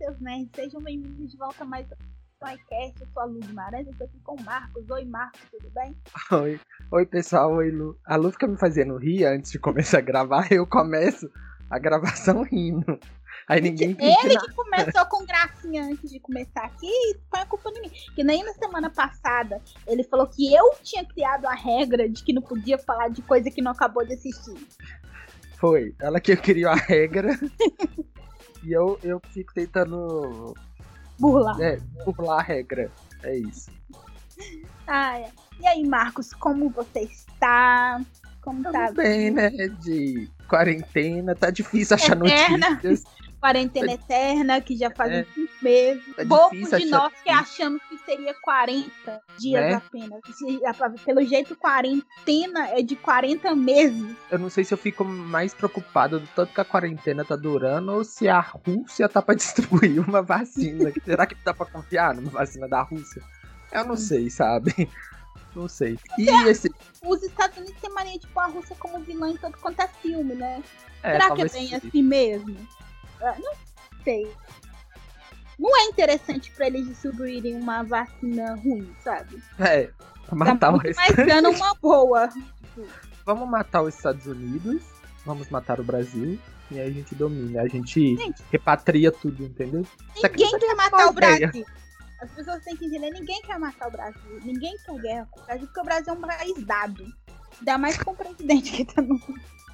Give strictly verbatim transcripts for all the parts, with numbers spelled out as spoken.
seus nerds, sejam bem-vindos de volta a mais um iCast. Eu sou a Lu Guimarães, eu tô aqui com o Marcos. Oi, Marcos, tudo bem? Oi, oi pessoal, oi Lu. A Lu fica me fazendo rir antes de começar a gravar, eu começo a gravação rindo. Aí ninguém entende Ele nada. que começou com gracinha antes de começar aqui, e põe a culpa em mim. Que nem na semana passada, ele falou que eu tinha criado a regra de que não podia falar de coisa que não acabou de assistir. Foi, ela que criou a regra. E eu, eu fico tentando Burlar. É, burlar a regra. É isso. Ah, é. E aí, Marcos, como você está? Como tá? Tamo bem, né? De quarentena, tá difícil achar Eterna. notícias. Quarentena eterna, que já faz É. uns cinco meses. Tá Bobos difícil de achar nós que notícia. achamos que seria quarenta dias Né? apenas. Se- Pelo jeito, quarentena é de quarenta meses. Eu não sei se eu fico mais preocupado do tanto que a quarentena tá durando ou se a Rússia tá pra distribuir uma vacina. Será que dá pra confiar numa vacina da Rússia? Eu não sei, sabe? Não sei. E esse. Os Estados Unidos têm mania de pôr a Rússia como vilã em todo quanto é filme, né? É, Será que é talvez bem sim. assim mesmo? Ah, não sei. Não é interessante pra eles distribuírem uma vacina ruim, sabe? É, pra matar Dá o muito mais restante. dano uma boa. Vamos matar os Estados Unidos, vamos matar o Brasil, e aí a gente domina. A gente Gente, repatria tudo, entendeu? Isso aqui ninguém quer matar uma o ideia. Brasil. As pessoas têm que entender, ninguém quer matar o Brasil. Ninguém quer guerra com o Brasil, porque o Brasil é um país dado. Ainda mais com o presidente que tá no...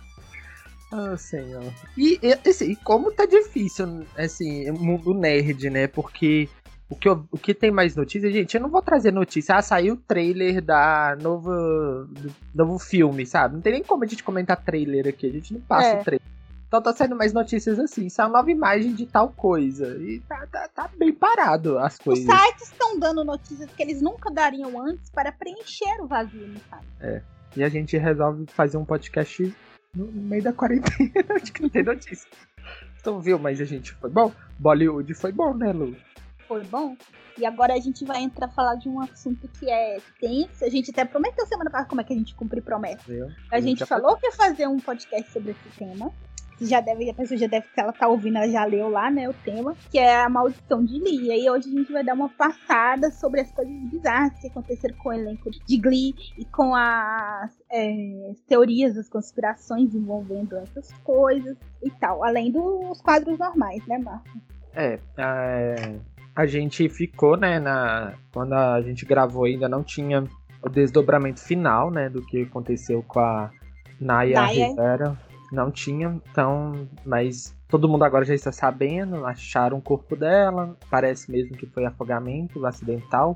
Ah, senhor. E, e, assim, como tá difícil, assim, o mundo nerd, né? Porque o que, eu- o que tem mais notícia, gente, eu não vou trazer notícia. Ah, saiu o trailer da nova, do novo filme, sabe? Não tem nem como a gente comentar trailer aqui, a gente não passa É. o trailer. Então tá saindo mais notícias assim, saiu nova imagem de tal coisa. E tá, tá, tá bem parado as Os coisas. sites estão dando notícias que eles nunca dariam antes para preencher o vazio no site. E a gente resolve fazer um podcast no meio da quarentena, acho que não tem notícia. Então viu, mas a gente foi bom. Bollywood foi bom, né, Lu? Foi bom? E agora a gente vai entrar falar de um assunto que é tenso. A gente até prometeu semana passada como é que a gente cumpre promessa. Viu? A gente já falou que ia fazer um podcast sobre esse tema. Que já deve, a pessoa já deve, se ela tá ouvindo, ela já leu lá, né, o tema, que é a maldição de Lee. E aí hoje a gente vai dar uma passada sobre as coisas bizarras que aconteceram com o elenco de Glee e com as é, teorias das conspirações envolvendo essas coisas e tal. Além dos quadros normais, né, Marcos? É, é, a gente ficou, né, na, quando a gente gravou ainda não tinha o desdobramento final, né, do que aconteceu com a Naya Naya. Rivera. Não tinha, então, mas todo mundo agora já está sabendo, acharam o corpo dela, parece mesmo que foi afogamento acidental.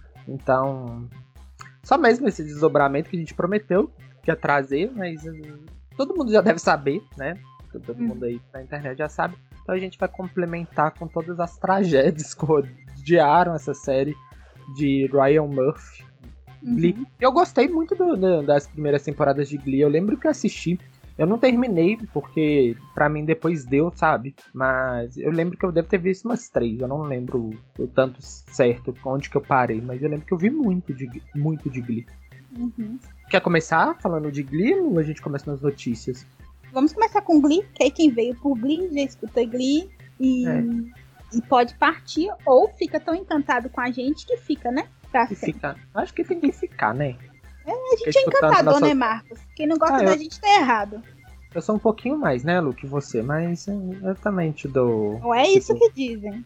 Então, só mesmo esse desdobramento que a gente prometeu que ia trazer, mas hum, todo mundo já deve saber, né? Todo Hum. mundo aí na internet já sabe. Então a gente vai complementar com todas as tragédias que rodearam essa série de Ryan Murphy. Glee. Uhum. Eu gostei muito do- do- das primeiras temporadas de Glee. Eu lembro que eu assisti. Eu não terminei, porque pra mim depois deu, sabe? Mas eu lembro que eu devo ter visto umas três. Eu não lembro o tanto certo onde que eu parei. Mas eu lembro que eu vi muito de, muito de Glee. Uhum. Quer começar falando de Glee ou a gente começa nas notícias? Vamos começar com Glee, que aí quem veio por Glee já escuta Glee e, É. e pode partir, ou fica tão encantado com a gente que fica, né? Pra Que sempre. fica, acho que tem que ficar, né? A gente é encantador, né, Marcos? Quem não gosta Ah, da eu- gente tá errado. Eu sou um pouquinho mais, né, Lu, que você, mas eu, eu também te dou. Não é isso que dizem.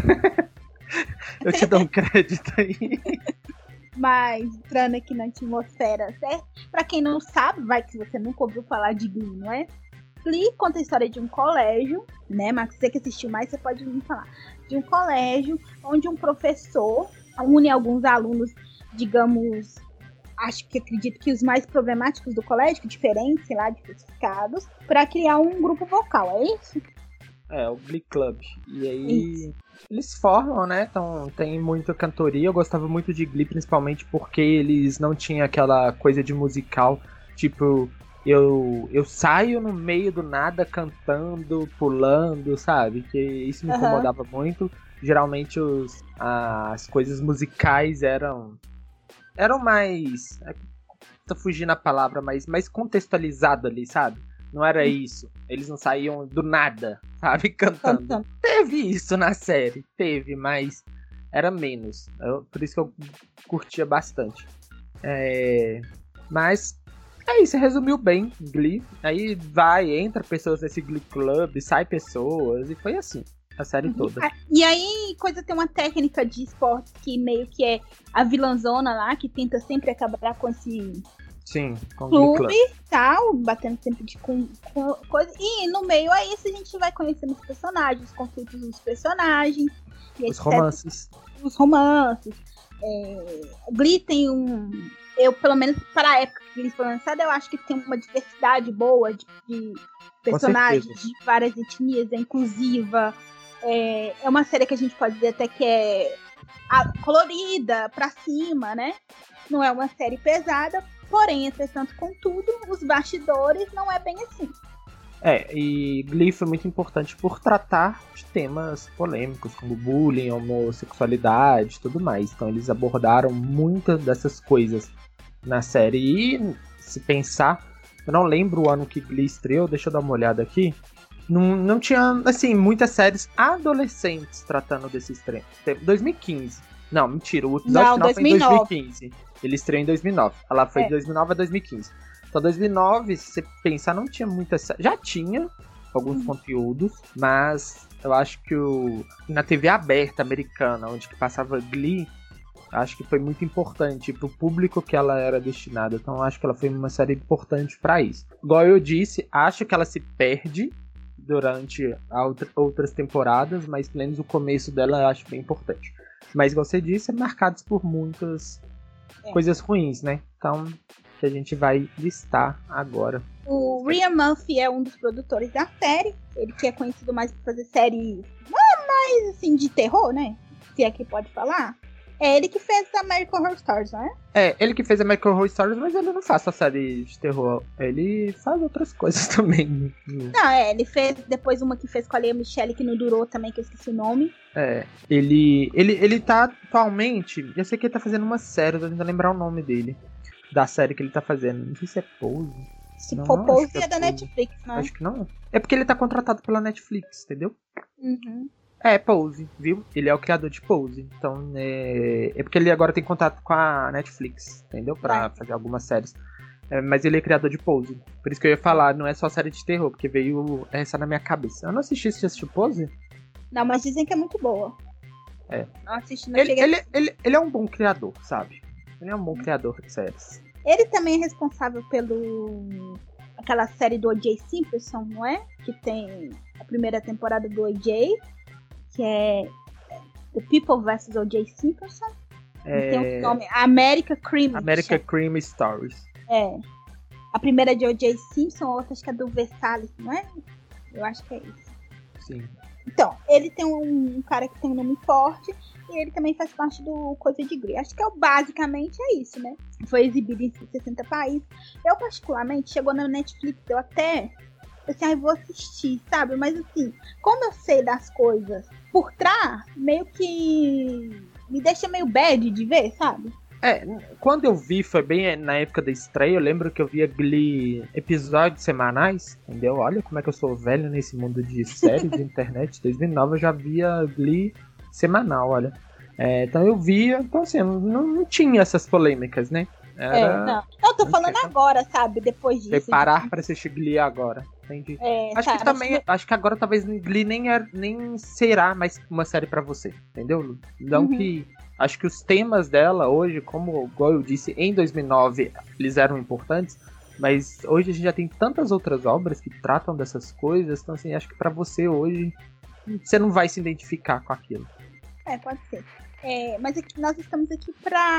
Eu te dou um crédito aí. Mas, entrando aqui na atmosfera, certo? Pra quem não sabe, vai que você nunca ouviu falar de Glee, não é? Glee conta a história de um colégio, né, Marcos? Você que assistiu mais, você pode me falar. De um colégio onde um professor une alguns alunos, digamos, acho que acredito que os mais problemáticos do colégio, diferentes, sei lá, diversificados, pra criar um grupo vocal, é isso? É, o Glee Club. E aí eles formam, né? Então tem muita cantoria. Eu gostava muito de Glee, principalmente porque eles não tinham aquela coisa de musical, tipo, eu, eu saio no meio do nada cantando, pulando, sabe? Que isso me Aham. incomodava muito. Geralmente os, as coisas musicais eram eram mais, tô fugindo a palavra, mas mais contextualizado ali, sabe? Não era isso. Eles não saíam do nada, sabe? Cantando. Cantando. Teve isso na série. Teve, mas era menos. Eu, por isso que eu curtia bastante. É... Mas é isso, resumiu bem Glee. Aí vai, entra pessoas nesse Glee Club, sai pessoas, e foi assim. A série toda. E aí, coisa tem uma técnica de esporte que meio que é a vilãzona lá, que tenta sempre acabar com esse Sim, com clube e tal, batendo sempre de com, com coisa. E no meio é isso, a gente vai conhecendo os personagens, os conflitos dos personagens. E os etcétera. Romances. Os romances. É, Glee tem um... Eu, pelo menos para a época que Glee foi lançada, eu acho que tem uma diversidade boa de, de personagens de várias etnias, é inclusiva. É, é uma série que a gente pode dizer até que é colorida, pra cima, né? Não é uma série pesada, porém, entretanto, contudo, os bastidores não é bem assim. É, e Glee foi muito importante por tratar de temas polêmicos, como bullying, homossexualidade e tudo mais. Então eles abordaram muitas dessas coisas na série. E se pensar, eu não lembro o ano que Glee estreou, deixa eu dar uma olhada aqui. Não, não tinha, assim, muitas séries adolescentes tratando desses temas. dois mil e quinze. Não, mentira, o episódio não, final dois mil e nove. Foi em dois mil e quinze. Ele estreou em dois mil e nove. Ela foi é. de dois mil e nove a dois mil e quinze. Então, dois mil e nove, se você pensar, não tinha muitas séries. Já tinha alguns uhum. conteúdos, mas eu acho que o na T V aberta americana, onde que passava Glee, acho que foi muito importante pro público que ela era destinada. Então, eu acho que ela foi uma série importante pra isso. Igual eu disse, acho que ela se perde durante outra, outras temporadas, mas pelo menos o começo dela eu acho bem importante. Mas, igual você disse, é marcado por muitas é. coisas ruins, né? Então, que a gente vai listar agora. O Ryan Murphy é um dos produtores da série. Ele que é conhecido mais por fazer séries mais, assim, de terror, né? Se é que pode falar. É ele que fez a American Horror Stories, não é? É, ele que fez a American Horror Stories, mas ele não faz só série de terror. Ele faz outras coisas também. Não, é, ele fez depois uma que fez com a Lea Michele, que não durou também, que eu esqueci o nome. É, ele, ele, ele tá atualmente... Eu sei que ele tá fazendo uma série, eu tô tentando lembrar o nome dele. Da série que ele tá fazendo. Não sei se é Pose. Se não, for não, Pose, é, é da Pose. Netflix, não é? Acho que não. É porque ele tá contratado pela Netflix, entendeu? Uhum. É, Pose, viu? Ele é o criador de Pose. Então, é, é porque ele agora tem contato com a Netflix, entendeu? Pra é. fazer algumas séries. É, mas ele é criador de Pose. Por isso que eu ia falar, não é só série de terror, porque veio essa na minha cabeça. Eu não assisti, você assistiu Pose? Não, mas dizem que é muito boa. É. Não assisti, não ele, cheguei ele, a... ele, ele é um bom criador, sabe? Ele é um bom criador de séries. Ele também é responsável pelo... aquela série do O J Simpson, não é? Que tem a primeira temporada do O J, que é The People versus O J Simpson. É... Tem o nome America Crime. America Crime Stories. É. A primeira é de O J Simpson, a outra acho que é do Versalhes, não é? Eu acho que é isso. Sim. Então, ele tem um, um cara que tem um nome forte e ele também faz parte do Coisa de Glee. Acho que é, basicamente é isso, né? Foi exibido em sessenta países. Eu, particularmente, chegou na Netflix, eu até... assim, ah, eu vou assistir, sabe? Mas assim, como eu sei das coisas por trás, meio que me deixa meio bad de ver, sabe? É, quando eu vi, foi bem na época da estreia, eu lembro que eu via Glee episódios semanais, entendeu? Olha como é que eu sou velho nesse mundo de séries de internet. Em dois mil e nove eu já via Glee semanal, olha. É, então eu via, então assim, não, não tinha essas polêmicas, né? Era... É, não. Eu tô falando agora, sabe? Depois disso. Preparar de... pra assistir Glee agora. Entendi. É, acho sabe, que também. Acho que... acho que agora talvez Glee nem, é, nem será mais uma série pra você. Entendeu, Lu? Não uhum. que. Acho que os temas dela hoje, como igual eu disse, em dois mil e nove eles eram importantes. Mas hoje a gente já tem tantas outras obras que tratam dessas coisas. Então, assim, acho que pra você hoje, você não vai se identificar com aquilo. É, pode ser. É, mas aqui, nós estamos aqui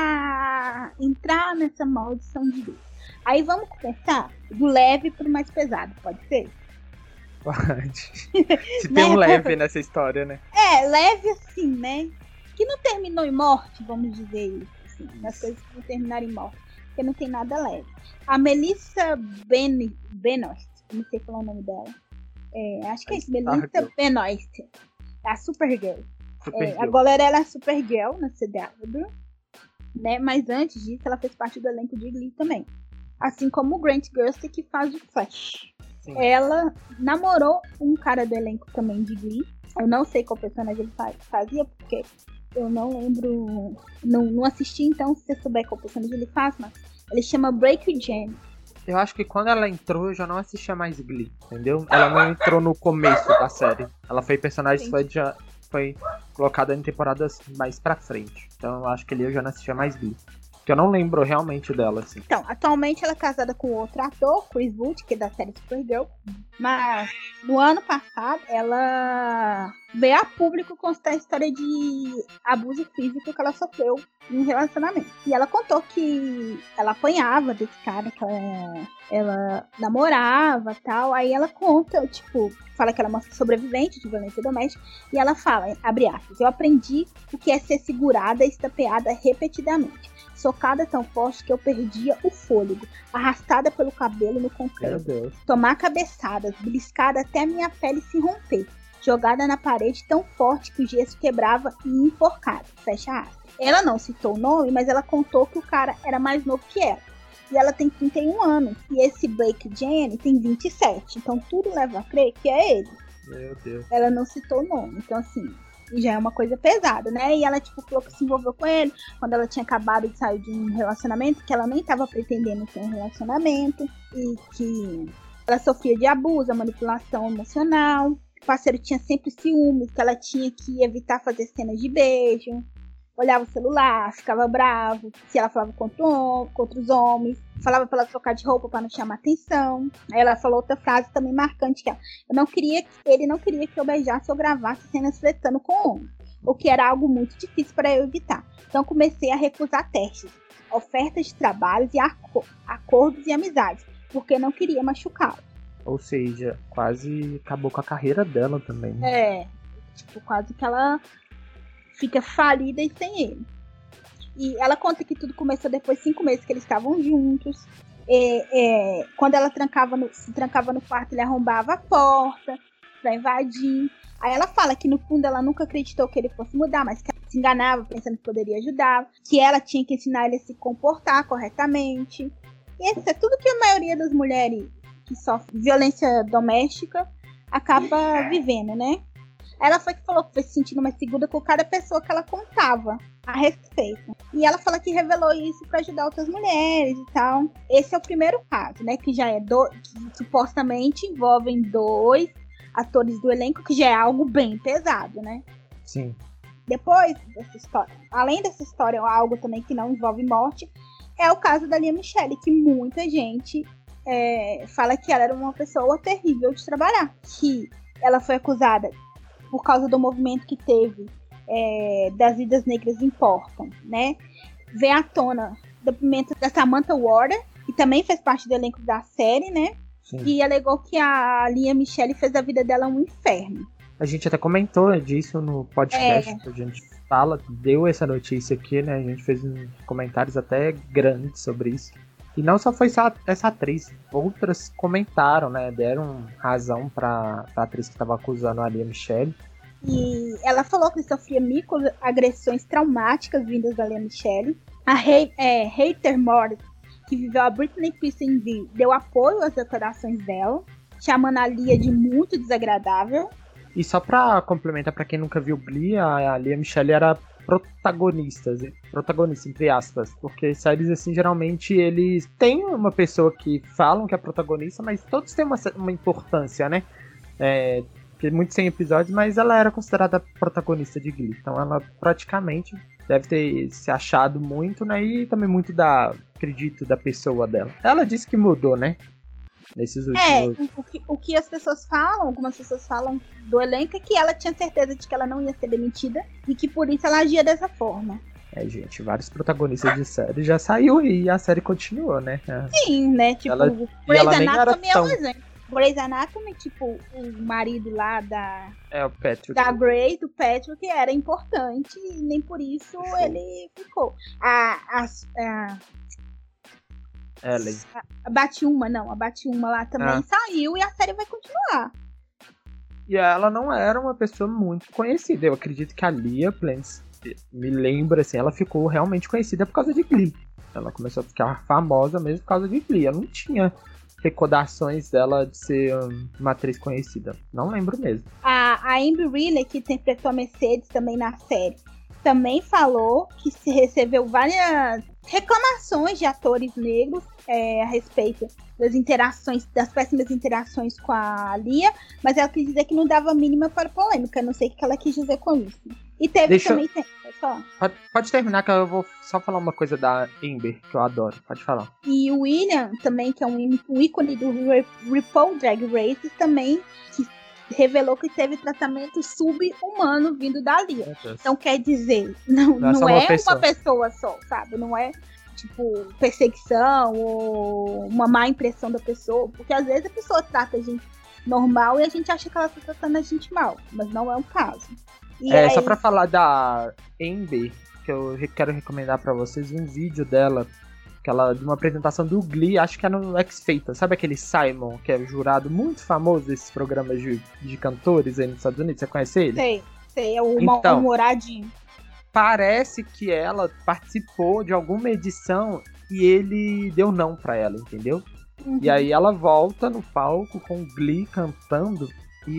pra entrar nessa maldição de Deus. Aí vamos começar do leve pro mais pesado, pode ser? Pode. Se tem um leve nessa história, né? É, leve assim, né? Que não terminou em morte, vamos dizer isso. Assim, das coisas que não terminaram em morte. Porque não tem nada leve. A Melissa ben, Benoist, não sei falar o nome dela. É, acho que é isso, Melissa Benoist. A Supergirl. É, agora ela é Supergirl na C W, né? Mas antes disso ela fez parte do elenco de Glee também. Assim como o Grant Gustin, que faz o Flash. Sim. Ela namorou um cara do elenco também de Glee. Eu não sei qual personagem ele fazia, porque eu não lembro, não, não assisti, então se você souber qual personagem ele faz, mas ele chama Break Jen. Eu acho que quando ela entrou, eu já não assistia mais Glee, entendeu? Ela não entrou no começo da série. Ela foi personagem, foi, já, foi colocada em temporadas mais pra frente. Então eu acho que ali eu já não assistia mais Glee. Porque eu não lembro realmente dela, assim. Então, atualmente ela é casada com outro ator, Chris Wood, que é da série Supergirl. Mas no ano passado, ela veio a público constar a história de abuso físico que ela sofreu em um relacionamento. E ela contou que ela apanhava desse cara que ela, ela namorava e tal. Aí ela conta, tipo, fala que ela é uma sobrevivente de violência doméstica. E ela fala, abre aspas, eu aprendi o que é ser segurada e estapeada repetidamente. Socada tão forte que eu perdia o fôlego, arrastada pelo cabelo no concreto, tomar cabeçadas, beliscada até a minha pele se romper, jogada na parede tão forte que o gesso quebrava e enforcada, fecha aspas. Ela não citou o nome, mas ela contou que o cara era mais novo que ela, e ela tem trinta e um anos, e esse Blake Jenny tem vinte e sete, então tudo leva a crer que é ele. Meu Deus. Ela não citou o nome, então assim... já é uma coisa pesada, né? E ela, tipo, falou que se envolveu com ele quando ela tinha acabado de sair de um relacionamento, que ela nem tava pretendendo ter um relacionamento, e que ela sofria de abuso, manipulação emocional, o parceiro tinha sempre ciúmes, que ela tinha que evitar fazer cenas de beijo, olhava o celular, ficava bravo, se ela falava contra, contra os homens, falava pra ela trocar de roupa pra não chamar atenção. Aí ela falou outra frase também marcante, que ela, eu não queria, ele não queria que eu beijasse ou gravasse cenas flertando com homens, o que era algo muito difícil para eu evitar. Então comecei a recusar testes, ofertas de trabalhos e acordos e amizades, porque não queria machucá-lo. Ou seja, quase acabou com a carreira dela também. Né? É, tipo, quase que ela fica falida e sem ele. E ela conta que tudo começou depois de cinco meses que eles estavam juntos. É, é, quando ela trancava no, se trancava no quarto, ele arrombava a porta pra invadir. Aí ela fala que no fundo ela nunca acreditou que ele fosse mudar, mas que ela se enganava pensando que poderia ajudá-lo, que ela tinha que ensinar ele a se comportar corretamente. E isso é tudo que a maioria das mulheres que sofrem violência doméstica acaba vivendo, né? Ela foi que falou que foi se sentindo mais segura com cada pessoa que ela contava a respeito. E ela fala que revelou isso para ajudar outras mulheres e tal. Esse é o primeiro caso, né? Que já é do... que supostamente envolvem dois atores do elenco, que já é algo bem pesado, né? Sim. Depois dessa história, além dessa história, algo também que não envolve morte, é o caso da Lea Michele, que muita gente é, fala que ela era uma pessoa terrível de trabalhar. Que ela foi acusada por causa do movimento que teve é, das vidas negras importam, né? Vem à tona o depoimento da Samantha Warder, que também fez parte do elenco da série, né? Sim. E alegou que a Lea Michele fez a vida dela um inferno. A gente até comentou disso no podcast, é. que a gente fala, deu essa notícia aqui, né? A gente fez uns comentários até grandes sobre isso. E não só foi só essa atriz, outras comentaram, né? Deram razão pra, pra atriz que estava acusando a Lea Michele. E ela falou que sofria microagressões traumáticas vindas da Lea Michele. A He- é, Heather Morris, que viveu a Britney Spears em V, deu apoio às declarações dela, chamando a Lea de muito desagradável. E só pra complementar, pra quem nunca viu Glee, a Lea Michele era protagonista, protagonista, entre aspas, porque séries assim, geralmente eles têm uma pessoa que falam que é protagonista, mas todos têm uma, uma importância, né? É, muitos têm episódios, mas ela era considerada protagonista de Glee, então ela praticamente deve ter se achado muito, né? E também muito da, acredito, da pessoa dela. Ela disse que mudou, né? Nesses últimos... É, o que, o que as pessoas falam, algumas pessoas falam do elenco, é que ela tinha certeza de que ela não ia ser demitida e que por isso ela agia dessa forma. É, gente, vários protagonistas de série já saiu e a série continuou, né? Sim, né? Tipo, ela, Grey's Anatomy é um exemplo. Grey's Anatomy, tipo, o marido lá da... É, o Patrick. Da Grey, do Patrick, era importante e nem por isso Sim. ele ficou. A... a, a Ellen. A Batwoman, não, a Batwoman lá também ah. saiu e a série vai continuar. E ela não era uma pessoa muito conhecida. Eu acredito que a Lea Plants, me lembra assim, ela ficou realmente conhecida por causa de Glee. Ela começou a ficar famosa mesmo por causa de Glee. Ela não tinha recordações dela de ser uma atriz conhecida. Não lembro mesmo. A, a Amber Riley, que interpretou a Mercedes também na série, também falou que se recebeu várias reclamações de atores negros é, a respeito das interações, das péssimas interações com a Lia, mas ela quis dizer que não dava mínima para polêmica. Não sei o que ela quis dizer com isso. E teve Deixa também... eu... Pode, pode terminar que eu vou só falar uma coisa da Amber, que eu adoro. Pode falar. E o William também, que é um, um ícone do RuPaul Drag Race, também que revelou que teve tratamento sub-humano vindo da Lia. Então quer dizer, não, não, não é uma pessoa. uma pessoa só, sabe? Não é tipo perseguição ou uma má impressão da pessoa, porque às vezes a pessoa trata a gente normal e a gente acha que ela tá tratando a gente mal, mas não é o caso. E é, aí... só pra falar da Amber, que eu quero recomendar pra vocês um vídeo dela, que ela, de uma apresentação do Glee, acho que é no X Factor. Sabe aquele Simon, que é jurado muito famoso desses programas de, de cantores aí nos Estados Unidos? Você conhece ele? Sei, sei, é o então, humoradinho. Parece que ela participou de alguma edição e ele deu não pra ela, entendeu? Uhum. E aí ela volta no palco com o Glee cantando.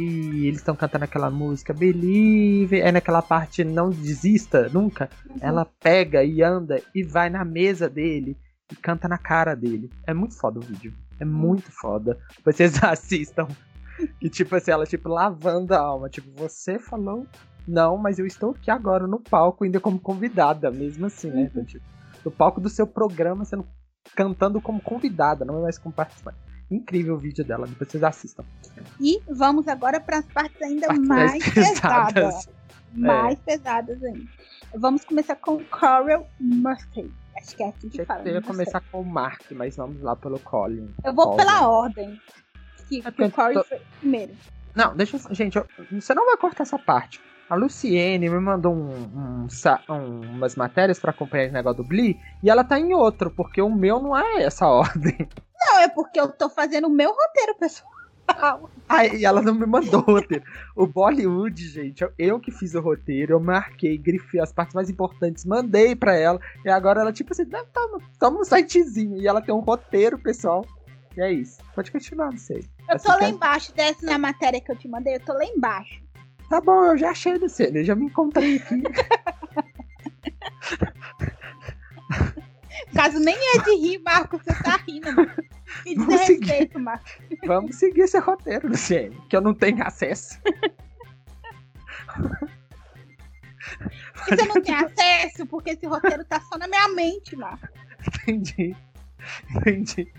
E eles estão cantando aquela música Believe, é naquela parte não desista nunca. Uhum. Ela pega e anda e vai na mesa dele e canta na cara dele. É muito foda o vídeo. É muito foda. Vocês assistam. E tipo assim, ela tipo lavando a alma. Tipo, você falou não, mas eu estou aqui agora no palco ainda como convidada, mesmo assim, né? Uhum. Então, tipo, no palco do seu programa, sendo cantando como convidada, não é mais como participante. Incrível o vídeo dela, depois vocês assistam. E vamos agora para as partes ainda partes mais, mais pesadas. pesadas. Mais é. pesadas ainda. Vamos começar com Coral Murphy. Acho que é assim que fala. Eu ia começar sei. com o Mark, mas vamos lá pelo Colin. Eu vou Colin. pela ordem. Que, é que o Coral tô... foi primeiro. Não, deixa eu... Gente, eu... você não vai cortar essa parte. A Luciene me mandou um, um, um, umas matérias pra acompanhar o negócio do Glee e ela tá em outro, porque o meu não é essa ordem. Não, é porque eu tô fazendo o meu roteiro, pessoal. Aí ela não me mandou o roteiro. O Bollywood, gente, eu, eu que fiz o roteiro, eu marquei, grifei as partes mais importantes, mandei pra ela, e agora ela, tipo assim, toma, toma um sitezinho, e ela tem um roteiro, pessoal. E é isso. Pode continuar, não sei. Eu tô lá embaixo, desce na matéria que eu te mandei, eu tô lá embaixo. Tá bom, eu já achei você, eu já me encontrei aqui. Caso nem é de rir, Marcos, você tá rindo, mano. Me desrespeito, Marcos. Vamos seguir esse roteiro, Luciene, que eu não tenho acesso. Porque você não tem acesso, porque esse roteiro tá só na minha mente, Marcos. Entendi, entendi.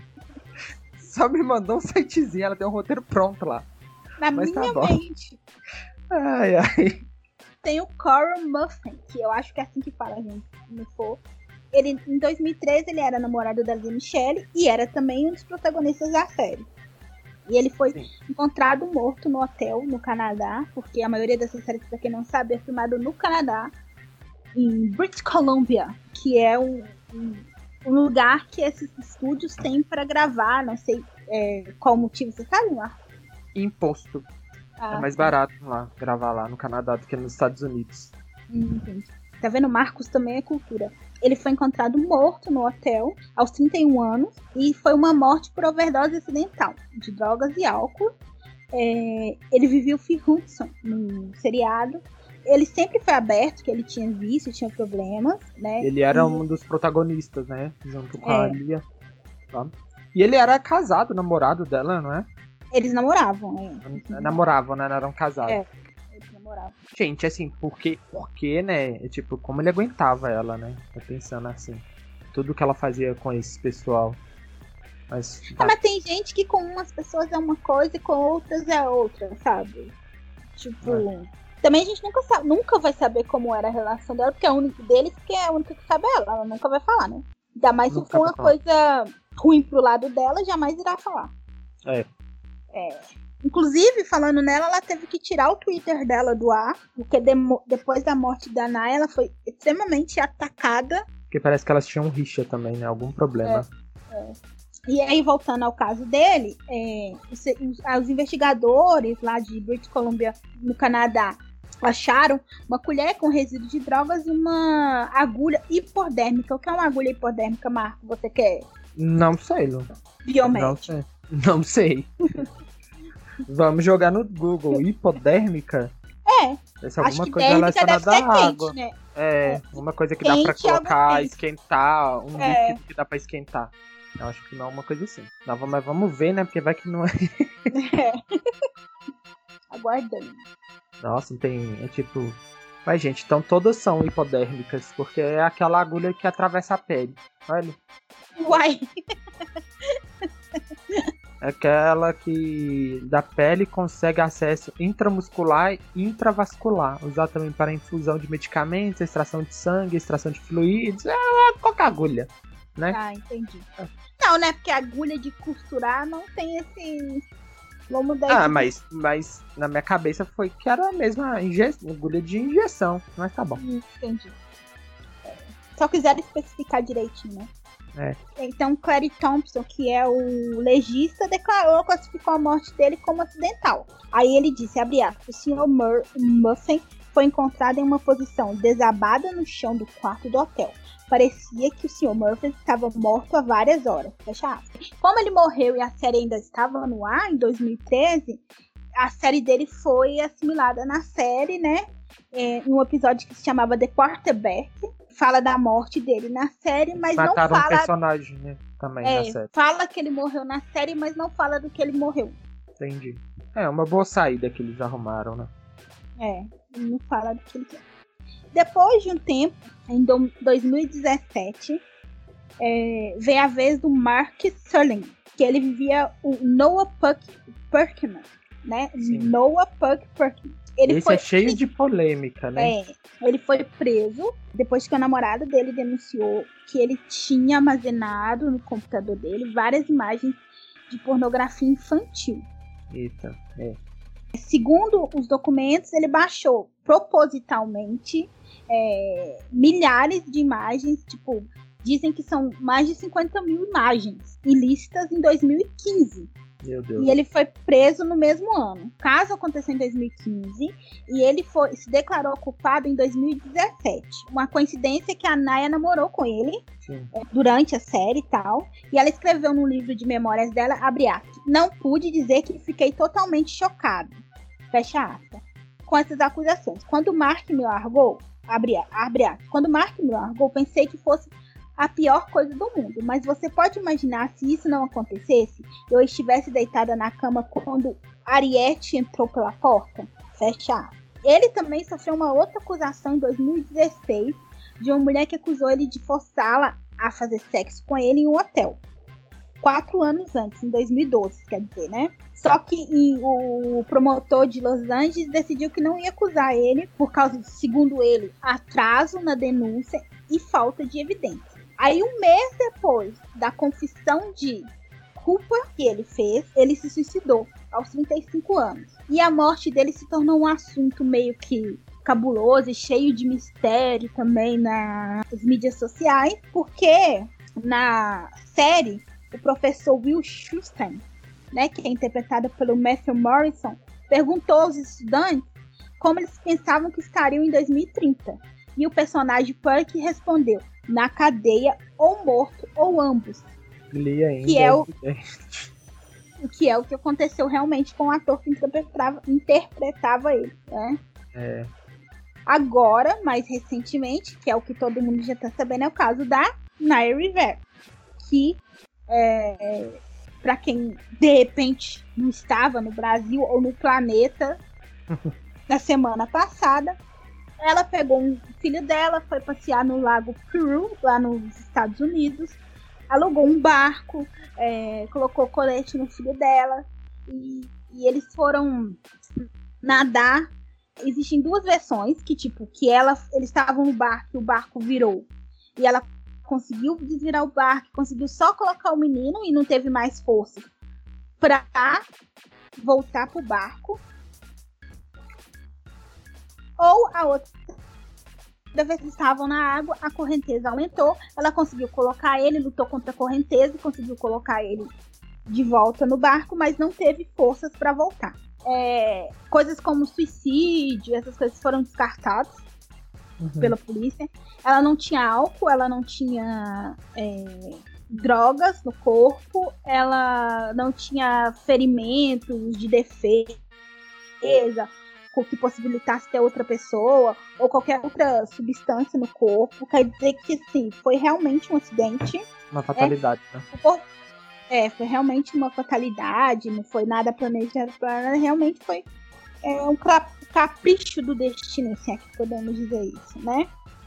Só me mandou um sitezinho, ela tem um roteiro pronto lá. Na Mas minha tá mente. Ai, ai. Tem o Coral Muffin, que eu acho que é assim que fala, gente. Se não for. Ele, em dois mil e treze, ele era namorado da Lea Michele e era também um dos protagonistas da série. E ele foi Sim. encontrado morto no hotel, no Canadá, porque a maioria dessas séries, pra quem não sabe, é filmado no Canadá, em British Columbia, que é um, um, um lugar que esses estúdios têm para gravar, não sei é, qual motivo, você sabe, Marcos? Imposto. Ah, é mais barato lá, gravar lá no Canadá do que nos Estados Unidos. Hum, entendi. Tá vendo? Marcos também é cultura. Ele foi encontrado morto no hotel aos trinta e um anos e foi uma morte por overdose acidental de drogas e álcool. É, ele vivia o Phil Hudson no seriado. Ele sempre foi aberto que ele tinha vício, tinha problemas, né? Ele era e... um dos protagonistas, né? Junto com é. a Lia. Tá? E ele era casado, namorado dela, não é? Eles namoravam, né? Eles namoravam, né? Não eram casados. É. Namoravam. Gente, assim, porque, porque, né, é, tipo, como ele aguentava ela, né, tô pensando assim, tudo que ela fazia com esse pessoal, mas... Ah, mas tem gente que com umas pessoas é uma coisa e com outras é outra, sabe, tipo, é. Também a gente nunca sabe, nunca vai saber como era a relação dela, porque é a única deles, porque é a única que sabe ela, ela nunca vai falar, né, ainda mais nunca se for uma falar. Coisa ruim pro lado dela, jamais irá falar. É. É... Inclusive, falando nela, ela teve que tirar o Twitter dela do ar, porque demo- depois da morte da Naya, ela foi extremamente atacada. Porque parece que elas tinham rixa também, né? Algum problema. É, é. E aí, voltando ao caso dele, é, os, os investigadores lá de British Columbia, no Canadá, acharam uma colher com resíduo de drogas e uma agulha hipodérmica. O que é uma agulha hipodérmica, Marco? Você quer? Não sei, Lu. Biomédica. Não sei. Não sei. Vamos jogar no Google. Hipodérmica? É. Deve ser alguma coisa relacionada à água. Quente, né? É, É. uma coisa que Quente, dá pra colocar, quente. esquentar, um É. líquido que dá pra esquentar. Eu acho que não é uma coisa assim. Não, mas vamos ver, né? Porque vai que não é. É. Aguardando. Nossa, não tem. É tipo. Mas, gente, então todas são hipodérmicas, porque é aquela agulha que atravessa a pele. Olha. Uai. É aquela que da pele consegue acesso intramuscular e intravascular, usada também para infusão de medicamentos, extração de sangue, extração de fluidos, é qualquer agulha, né? Ah, entendi. Não, né? Porque a agulha de costurar não tem esse... Vamos dar Ah, esse... mas, mas na minha cabeça foi que era a mesma inje... agulha de injeção, mas tá bom. Hum, entendi. Só quiseram especificar direitinho, né? É. Então, Clary Thompson, que é o legista, declarou, classificou a morte dele como acidental. Aí ele disse, abre aspas, o senhor Mur Muffin foi encontrado em uma posição desabada no chão do quarto do hotel. Parecia que o senhor Murphy estava morto há várias horas. Fecha aspas. Como ele morreu e a série ainda estava no ar, em dois mil e treze, a série dele foi assimilada na série, né? É, em um episódio que se chamava The Quarterback. Fala da morte dele na série, mas Mataram não fala... um personagem, né? Também é, na série. Fala que ele morreu na série, mas não fala do que ele morreu. Entendi. É, uma boa saída que eles arrumaram, né? É, ele não fala do que ele quer. Depois de um tempo, em dois mil e dezessete, é, veio a vez do Mark Sullivan, que ele vivia o Noah Puck Perkman, né? Sim. Noah Puck Perkman. Ele Esse foi é cheio de polêmica, né? É, ele foi preso depois que o namorado dele denunciou que ele tinha armazenado no computador dele várias imagens de pornografia infantil. Eita, é. Segundo os documentos, ele baixou propositalmente é, milhares de imagens, tipo, dizem que são mais de cinquenta mil imagens ilícitas em dois mil e quinze. Meu Deus. E ele foi preso no mesmo ano. O caso aconteceu em dois mil e quinze e ele foi, se declarou culpado em dois mil e dezessete. Uma coincidência que a Naya namorou com ele Sim. durante a série e tal. E ela escreveu no livro de memórias dela, abre aspas, não pude dizer que fiquei totalmente chocado, fecha aspas, com essas acusações. Quando Mark me largou, abre, abre aspas, quando Mark me largou, pensei que fosse a pior coisa do mundo, mas você pode imaginar se isso não acontecesse, eu estivesse deitada na cama quando Ariete entrou pela porta? Fecha aspas. Ele também sofreu uma outra acusação em dois mil e dezesseis de uma mulher que acusou ele de forçá-la a fazer sexo com ele em um hotel. Quatro anos antes, em dois mil e doze, quer dizer, né? Só que e, o promotor de Los Angeles decidiu que não ia acusar ele por causa de, segundo ele, atraso na denúncia e falta de evidência. Aí, um mês depois da confissão de culpa que ele fez, ele se suicidou aos trinta e cinco anos. E a morte dele se tornou um assunto meio que cabuloso e cheio de mistério também nas mídias sociais, porque na série, o professor Will Schuster, né, que é interpretado pelo Matthew Morrison, perguntou aos estudantes como eles pensavam que estariam em dois mil e trinta. E o personagem Perk respondeu, na cadeia, ou morto, ou ambos. Li ainda. Que é o, que é o que aconteceu realmente com o ator que interpretava, interpretava ele, né? É. Agora, mais recentemente, que é o que todo mundo já tá sabendo, é o caso da Naya Rivera. Que, é, pra quem, de repente, não estava no Brasil ou no planeta na semana passada, ela pegou um filho dela, foi passear no Lago Peru, lá nos Estados Unidos, alugou um barco, é, colocou colete no filho dela e, e eles foram nadar. Existem duas versões, que tipo, que ela, eles estavam no barco e o barco virou. E ela conseguiu desvirar o barco, conseguiu só colocar o menino e não teve mais força pra voltar pro barco. Ou a outra vez que estavam na água, a correnteza aumentou, ela conseguiu colocar ele, lutou contra a correnteza e conseguiu colocar ele de volta no barco, mas não teve forças para voltar. É, coisas como suicídio, essas coisas foram descartadas uhum. pela polícia. Ela não tinha álcool, ela não tinha é, drogas no corpo, ela não tinha ferimentos de defesa que possibilitasse ter outra pessoa ou qualquer outra substância no corpo. Quer dizer que sim, foi realmente um acidente. Uma fatalidade, é, né? Corpo, é, foi realmente uma fatalidade, não foi nada planejado, realmente foi é, um capricho do destino, se é que podemos dizer isso, né?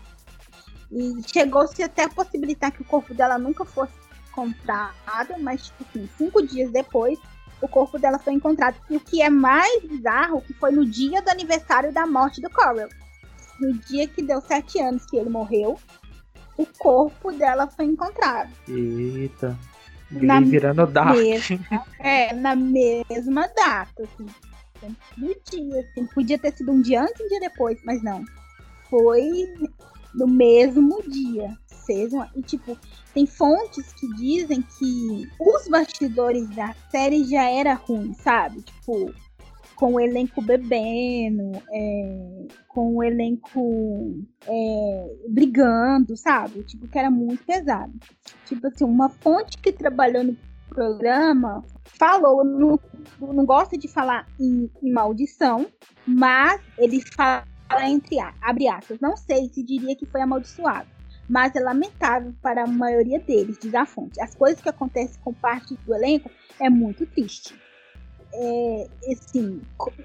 E chegou-se até a possibilitar que o corpo dela nunca fosse encontrado, mas, tipo assim, cinco dias depois, o corpo dela foi encontrado. E o que é mais bizarro, que foi no dia do aniversário da morte do Corey. No dia que deu sete anos que ele morreu, o corpo dela foi encontrado. Eita. Na virando dark. Mesma, é, na mesma data, assim. No dia, assim. Podia ter sido um dia antes e um dia depois, mas não. Foi no mesmo dia. E, tipo, tem fontes que dizem que os bastidores da série já era ruim, sabe? Tipo, com o elenco bebendo, é, com o elenco é, brigando, sabe? Tipo, que era muito pesado. Tipo assim, uma fonte que trabalhou no programa falou, no, não gosta de falar em, em maldição, mas ele fala entre abre aspas, não sei se diria que foi amaldiçoado, mas é lamentável para a maioria deles, diz a fonte. As coisas que acontecem com parte do elenco é muito triste. É, assim,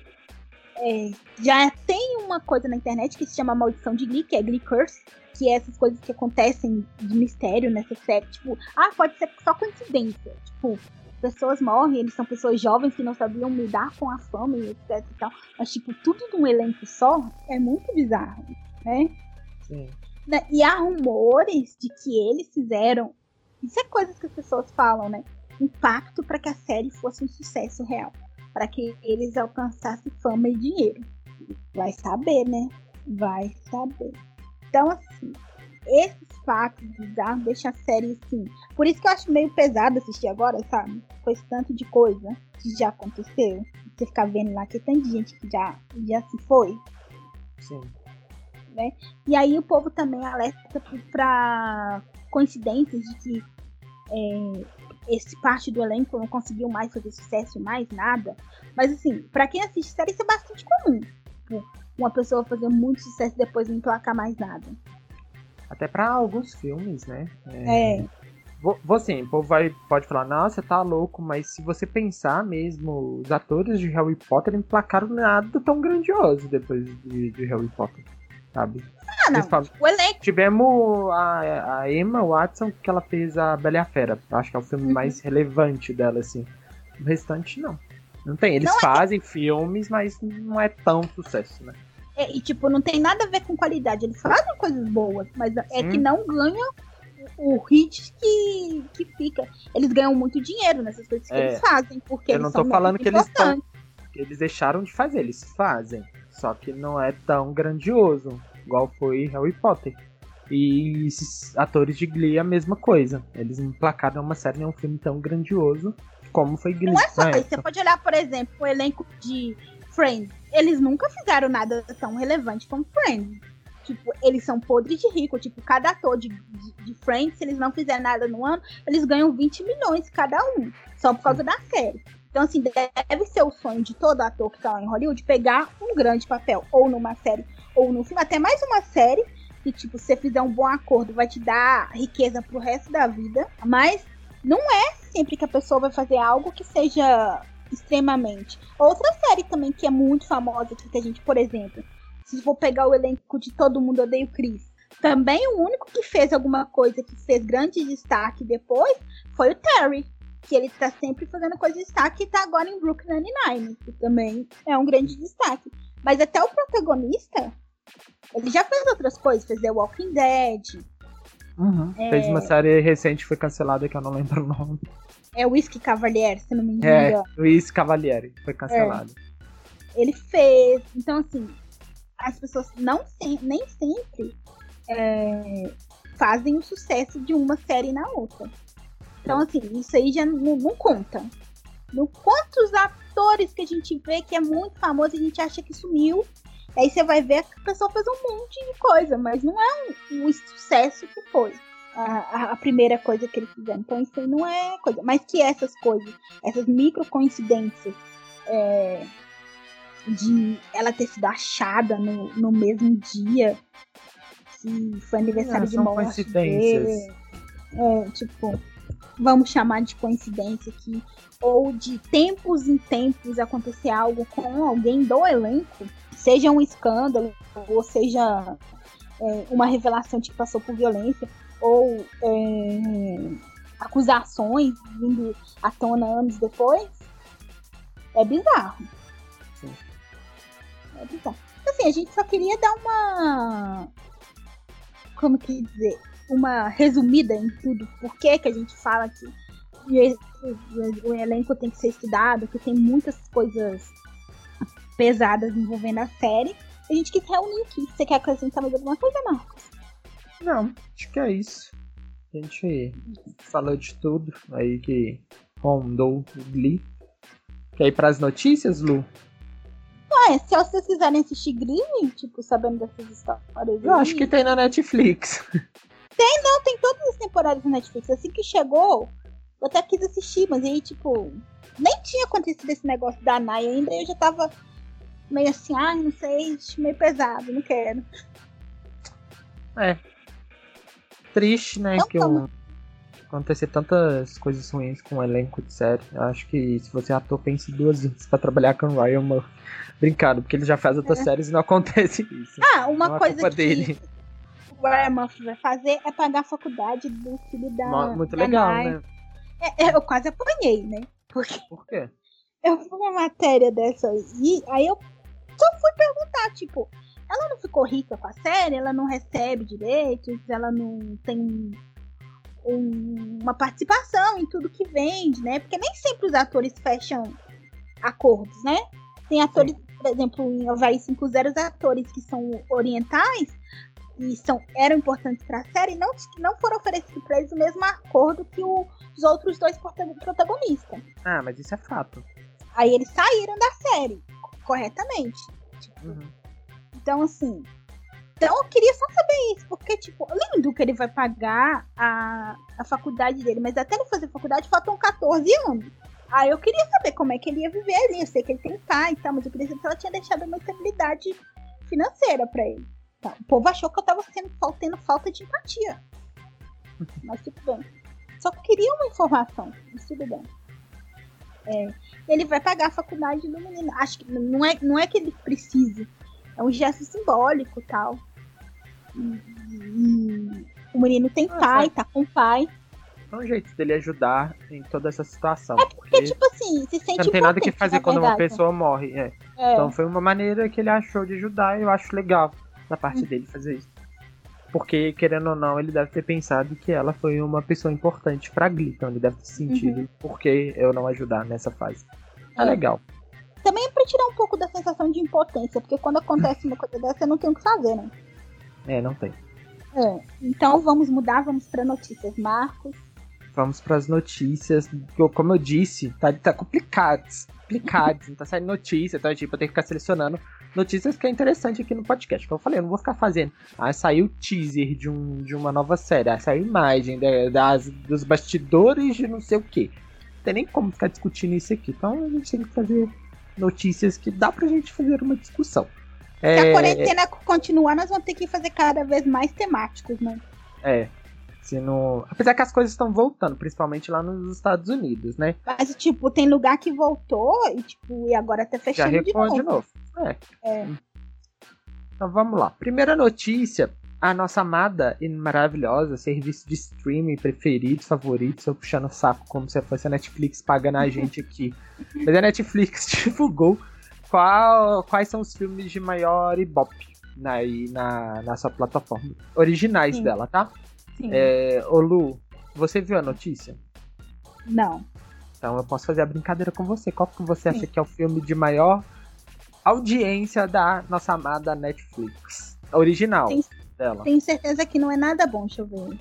é, já tem uma coisa na internet que se chama Maldição de Glee, que é Glee Curse, que é essas coisas que acontecem de mistério nessa série. Tipo, ah, pode ser só coincidência. Tipo, pessoas morrem, eles são pessoas jovens que não sabiam lidar com a fama e etc e tal. Mas, tipo, tudo num elenco só é muito bizarro, né? Sim. E há rumores de que eles fizeram, isso é coisas que as pessoas falam, né? Um pacto para que a série fosse um sucesso real, para que eles alcançassem fama e dinheiro. Vai saber, né? Vai saber. Então, assim, esses fatos bizarros deixam a série assim. Por isso que eu acho meio pesado assistir agora, sabe? Com esse tanto de coisa que já aconteceu. Você ficar vendo lá que tem tanta gente que já, já se foi. Sim. Né? E aí o povo também alerta para coincidências de que é, esse parte do elenco não conseguiu mais fazer sucesso e mais nada. Mas assim, para quem assiste série, isso é bastante comum. Tipo, uma pessoa fazer muito sucesso e depois não emplacar mais nada. Até para alguns filmes, né? É. é... Você, o povo vai, pode falar, nossa, tá louco, mas se você pensar mesmo, os atores de Harry Potter não emplacaram nada tão grandioso depois de, de Harry Potter. Sabe? Ah, não. Falam, o elenco. Tivemos a, a Emma Watson, que ela fez a Bela e a Fera. Acho que é o filme uhum. mais relevante dela, assim. O restante, não. Não tem. Eles não fazem é... filmes, mas não é tão sucesso, né? É, e, tipo, não tem nada a ver com qualidade. Eles fazem coisas boas, mas é Sim. que não ganham o hit que, que fica. Eles ganham muito dinheiro nessas coisas que é. eles fazem, porque Eu eles não são tô falando que eles, tão, que eles deixaram de fazer, eles fazem. Só que não é tão grandioso, igual foi Harry Potter. E esses atores de Glee é a mesma coisa. Eles emplacaram uma série em um filme tão grandioso como foi Glee. Não é só isso. Você pode olhar, por exemplo, o elenco de Friends. Eles nunca fizeram nada tão relevante como Friends. Tipo, eles são podres de rico. Tipo, cada ator de, de, de Friends, se eles não fizerem nada no ano, eles ganham vinte milhões cada um. Só por causa da série. Então, assim, deve ser o sonho de todo ator que tá lá em Hollywood pegar um grande papel, ou numa série, ou num filme, até mais uma série, que, tipo, se você fizer um bom acordo, vai te dar riqueza pro resto da vida. Mas não é sempre que a pessoa vai fazer algo que seja extremamente. Outra série também que é muito famosa, que a gente, por exemplo, se for pegar o elenco de Todo Mundo Odeia o Chris, também o único que fez alguma coisa que fez grande destaque depois foi o Terry. Que ele tá sempre fazendo coisa de destaque e tá agora em Brooklyn Nine-Nine, que também é um grande destaque. Mas até o protagonista, ele já fez outras coisas, fez The Walking Dead. Uhum. É... Fez uma série recente que foi cancelada, que eu não lembro o nome. É Whisky Cavalier, se não me engano. É, Whisky Cavalier, foi cancelado. É. Ele fez. Então, assim, as pessoas não sem, nem sempre é, fazem o sucesso de uma série na outra. Então, assim, isso aí já não, não conta. No quantos atores que a gente vê que é muito famoso, a gente acha que sumiu. Aí você vai ver que a pessoa fez um monte de coisa, mas não é um, um sucesso que foi. a, a primeira coisa que eles fizeram. Então isso aí não é coisa. Mas que essas coisas, essas micro coincidências é, de ela ter sido achada no, no mesmo dia que foi aniversário Ah, de são morte coincidências. dele, é, tipo, vamos chamar de coincidência aqui, ou de tempos em tempos acontecer algo com alguém do elenco, seja um escândalo, ou seja é, uma revelação de que passou por violência, ou é, acusações vindo à tona anos depois, é bizarro. Sim. É bizarro. Assim, a gente só queria dar uma... Como que dizer? Uma resumida em tudo. Por que que a gente fala que o, o elenco tem que ser estudado, que tem muitas coisas pesadas envolvendo a série. A gente quis reunir aqui. Você quer acrescentar mais alguma coisa, Marcos? Não, acho que é isso. A gente falou de tudo aí que rondou o Glee. Quer ir pras notícias, Lu? Ah, é, se vocês quiserem assistir Glee, tipo, sabendo dessas histórias. Eu acho que tem na Netflix. Tem, não, tem todas as temporadas na Netflix. Assim que chegou, eu até quis assistir, mas aí, tipo, nem tinha acontecido esse negócio da Naya ainda, e eu já tava meio assim, ah, não sei, meio pesado, não quero. É. Triste, né, Então, que eu... acontecer tantas coisas ruins com o elenco de série. Eu acho que se você é ator, pense duas vezes pra trabalhar com o Ryan Murphy. Brincado, porque ele já faz outras é. séries e não acontece isso. Ah, uma não coisa é culpa que dele. o Ryan Murphy vai fazer é pagar a faculdade do filho da... Muito da legal, Naya. né? É, eu quase apanhei, né? Porque Por quê? eu vi uma matéria dessa aí, aí eu só fui perguntar, tipo, ela não ficou rica com a série? Ela não recebe direitos? Ela não tem... Um, uma participação em tudo que vende, né? Porque nem sempre os atores fecham acordos, né? Tem atores, Sim. por exemplo, em Havaí cinco zero, os atores que são orientais e são, eram importantes para a série, não, não foram oferecidos para eles o mesmo acordo que o, os outros dois protagonistas. Ah, mas isso é fato. Aí eles saíram da série, corretamente. Tipo, uhum. Então, assim... Então eu queria só saber isso, porque, tipo, lindo que ele vai pagar a, a faculdade dele, mas até ele fazer faculdade faltam catorze anos. Aí eu queria saber como é que ele ia viver ali. Eu sei que ele tem pai e tal, mas eu queria saber se ela tinha deixado uma estabilidade financeira pra ele. Então, o povo achou que eu tava sendo, tendo falta de empatia. Mas tudo bem. Só queria uma informação, mas tudo bem. É, ele vai pagar a faculdade do menino. Acho que não é, não é que ele precise. É um gesto simbólico e tal. E, e, o menino tem ah, pai, tá com o pai. É um jeito dele ajudar em toda essa situação. É porque, porque tipo assim, se sente não tem nada que fazer quando verdade. uma pessoa morre. É. É. Então foi uma maneira que ele achou de ajudar e eu acho legal da parte hum. dele fazer isso. Porque, querendo ou não, ele deve ter pensado que ela foi uma pessoa importante pra Glee. Então ele deve ter sentido uhum. por que eu não ajudar nessa fase. É, é legal. Também é pra tirar um pouco da sensação de impotência, porque quando acontece uma coisa dessa, eu não tenho o que fazer, né? É, não tem. É. Então vamos mudar, vamos pra notícias, Marcos. Vamos pras notícias. Como eu disse, tá, tá complicado. Complicado, não tá saindo notícia, então tipo, eu tenho que ficar selecionando notícias que é interessante aqui no podcast. Como eu falei, eu não vou ficar fazendo. Ah, saiu teaser de, um, de uma nova série, ah, saiu imagem de, das, dos bastidores de não sei o que. Não tem nem como ficar discutindo isso aqui. Então a gente tem que fazer notícias que dá pra gente fazer uma discussão. Se é... a quarentena continuar, nós vamos ter que fazer cada vez mais temáticos, né? É. Se não... Apesar que as coisas estão voltando, principalmente lá nos Estados Unidos, né? Mas, tipo, tem lugar que voltou e, tipo, e agora tá fechando Já de novo. de novo. É. é. Então vamos lá. Primeira notícia. A nossa amada e maravilhosa serviço de streaming preferido, favorito, estou puxando o saco como se fosse a Netflix pagando a gente aqui. Mas a Netflix divulgou qual, quais são os filmes de maior ibope na, na, na sua plataforma. Originais Sim. dela, tá? Sim. É, ô Lu, você viu a notícia? Não. Então eu posso fazer a brincadeira com você. Qual que você Sim. acha que é o filme de maior audiência da nossa amada Netflix? Original. Sim. Dela. Tenho certeza que não é nada bom, deixa eu ver.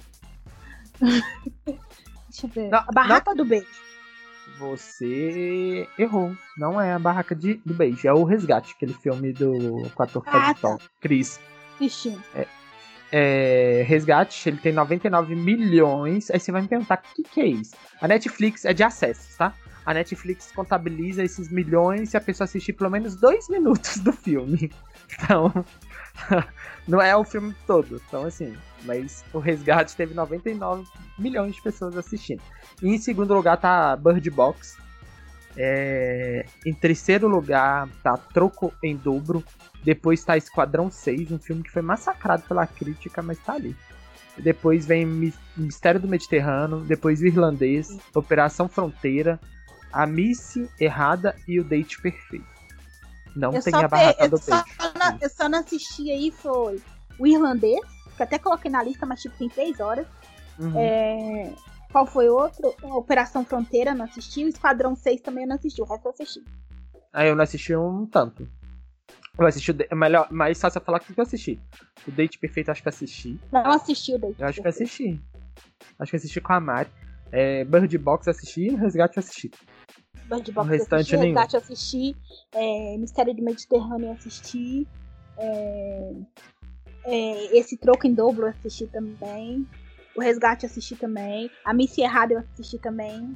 Deixa eu ver. Não, a Barraca não... do Beijo. Você errou. Não é a Barraca de, do Beijo. É o Resgate, aquele filme do com o ator ah, tá. Chris. Ixi. É. é, Resgate, ele tem noventa e nove milhões. Aí você vai me perguntar, o que, que é isso? A Netflix é de acessos, tá? A Netflix contabiliza esses milhões se a pessoa assistir pelo menos dois minutos do filme. Então, não é o filme todo. Então, assim, mas o Resgate teve noventa e nove milhões de pessoas assistindo. E em segundo lugar tá Bird Box. É... Em terceiro lugar tá Troco em Dobro. Depois tá Esquadrão seis, um filme que foi massacrado pela crítica, mas tá ali. Depois vem Mistério do Mediterrâneo. Depois O Irlandês, Operação Fronteira, A Missy Errada e O Date Perfeito. Não eu tem só a Barraca do só Peixe. na, eu só não assisti aí, foi O Irlandês, que até coloquei na lista, mas tipo tem três horas. Uhum. É... Qual foi outro? Operação Fronteira, não assisti. O Esquadrão seis também eu não assisti, o resto eu assisti. Ah, eu não assisti um tanto. Eu assisti o de... melhor, mais fácil eu falar o que eu assisti. O Date Perfeito acho que eu assisti. Não assisti o Date Eu acho Perfeito. que eu assisti. Acho que eu assisti com a Mari. É, Bird Box eu assisti e Resgate eu assisti. Bird Box o restante eu assisti, nenhum. Resgate eu assisti, é, Mistério do Mediterrâneo eu assisti, é, é, esse Troco em Dobro eu assisti também, o Resgate eu assisti também, a Missy Errada eu assisti também.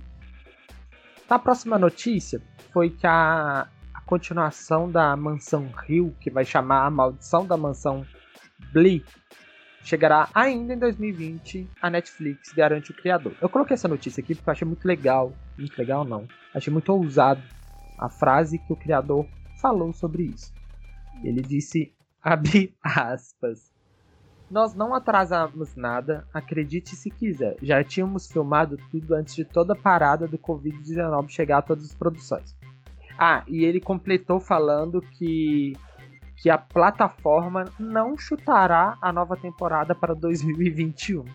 A próxima notícia foi que a, a continuação da Mansão Hill, que vai chamar A Maldição da Mansão Bly, chegará ainda em dois mil e vinte. A Netflix garante o criador. Eu coloquei essa notícia aqui porque eu achei muito legal. Muito legal não. Achei muito ousado a frase que o criador falou sobre isso. Ele disse, abre aspas, nós não atrasamos nada, acredite se quiser. Já tínhamos filmado tudo antes de toda a parada do covid dezenove chegar a todas as produções. Ah, e ele completou falando que que a plataforma não chutará a nova temporada para dois mil e vinte e um.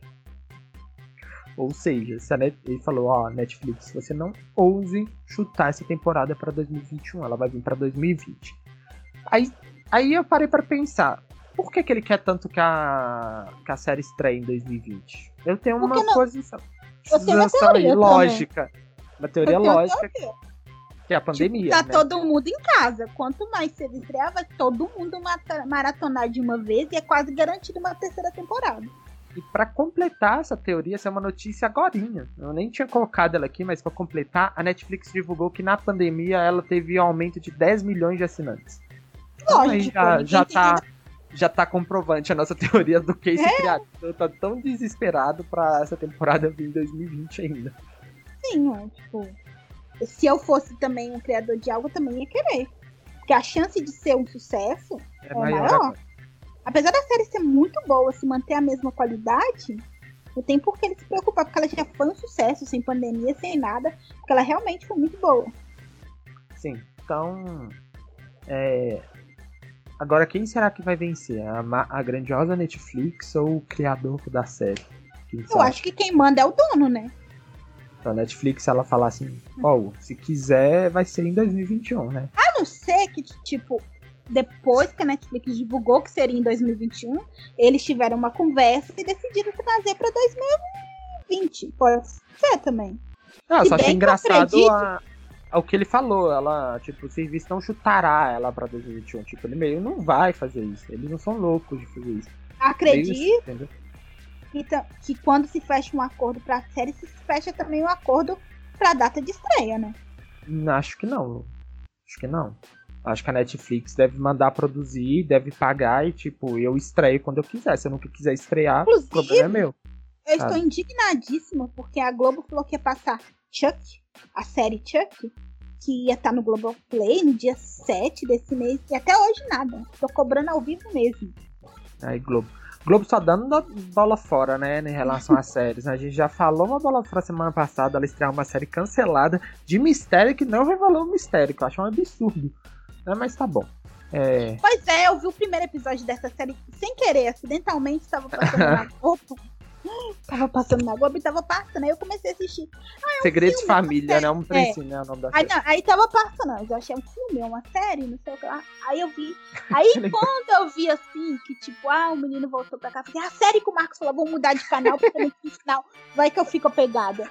Ou seja, se a Net... ele falou, ó, Netflix, você não ouse chutar essa temporada para dois mil e vinte e um, ela vai vir para dois mil e vinte. Aí, aí eu parei para pensar, por que, que ele quer tanto que a, que a série estreie em dois mil e vinte? Eu tenho uma não... posição, eu tenho uma teoria lógica, uma teoria lógica. Teoria. Que é a pandemia, tipo, tá né? todo mundo em casa. Quanto mais cedo estrear, vai todo mundo maratonar de uma vez e é quase garantido uma terceira temporada. E pra completar essa teoria, essa é uma notícia agorinha. Eu nem tinha colocado ela aqui, mas pra completar, a Netflix divulgou que na pandemia ela teve um aumento de dez milhões de assinantes. Lógico. Então, aí já, já, tá, já tá comprovante a nossa teoria do que esse é. criador tá tão desesperado pra essa temporada vir em dois mil e vinte ainda. Sim, ó, tipo... Se eu fosse também um criador de algo, eu também ia querer. Porque a chance de ser um sucesso é, é maior. maior. Apesar da série ser muito boa, se manter a mesma qualidade, não tem por que ele se preocupar, porque ela já foi um sucesso, sem pandemia, sem nada, porque ela realmente foi muito boa. Sim, então... É... Agora, quem será que vai vencer? A, a grandiosa Netflix ou o criador da série? Eu sabe? acho que quem manda é o dono, né? A Netflix, ela falar assim, ó, oh, se quiser, vai ser em dois mil e vinte e um, né? A não ser que, tipo, depois que a Netflix divulgou que seria em dois mil e vinte e um, eles tiveram uma conversa e decidiram trazer pra dois mil e vinte. Pode ser também. Não, eu só achei engraçado a, a, o que ele falou. Ela, tipo, o serviço não chutará ela pra dois mil e vinte e um. Tipo, ele meio não vai fazer isso. Eles não são loucos de fazer isso. Acredito. Meio, Então, que quando se fecha um acordo pra série, se fecha também um acordo pra data de estreia, né? Acho que não. Acho que não. Acho que a Netflix deve mandar produzir, deve pagar e, tipo, eu estreio quando eu quiser. Se eu nunca quiser estrear, Inclusive, o problema é meu. Eu sabe? Estou indignadíssima porque a Globo falou que ia passar Chuck, a série Chuck, que ia estar no Globoplay no dia sete desse mês, e até hoje nada. Tô cobrando ao vivo mesmo. Aí, Globo. Globo só dando bola fora, né, em relação às séries. A gente já falou uma bola fora semana passada, ela estreou uma série cancelada de mistério que não revelou o mistério, que eu acho um absurdo. Né, mas tá bom. É... Pois é, eu vi o primeiro episódio dessa série sem querer, acidentalmente, estava passando na Globo. Tava passando na Globo e tava passando, aí eu comecei a assistir. Ah, é um Segredos filme, de Família, né? Um precinho, né? O nome da aí, série. não, aí tava passando, eu já achei um filme, é uma série, não sei o que lá. Aí eu vi. Aí quando eu vi assim, que tipo, ah, o menino voltou pra cá, eu falei, a série que o Marcos falou, vou mudar de canal, porque no final vai que eu fico apegada.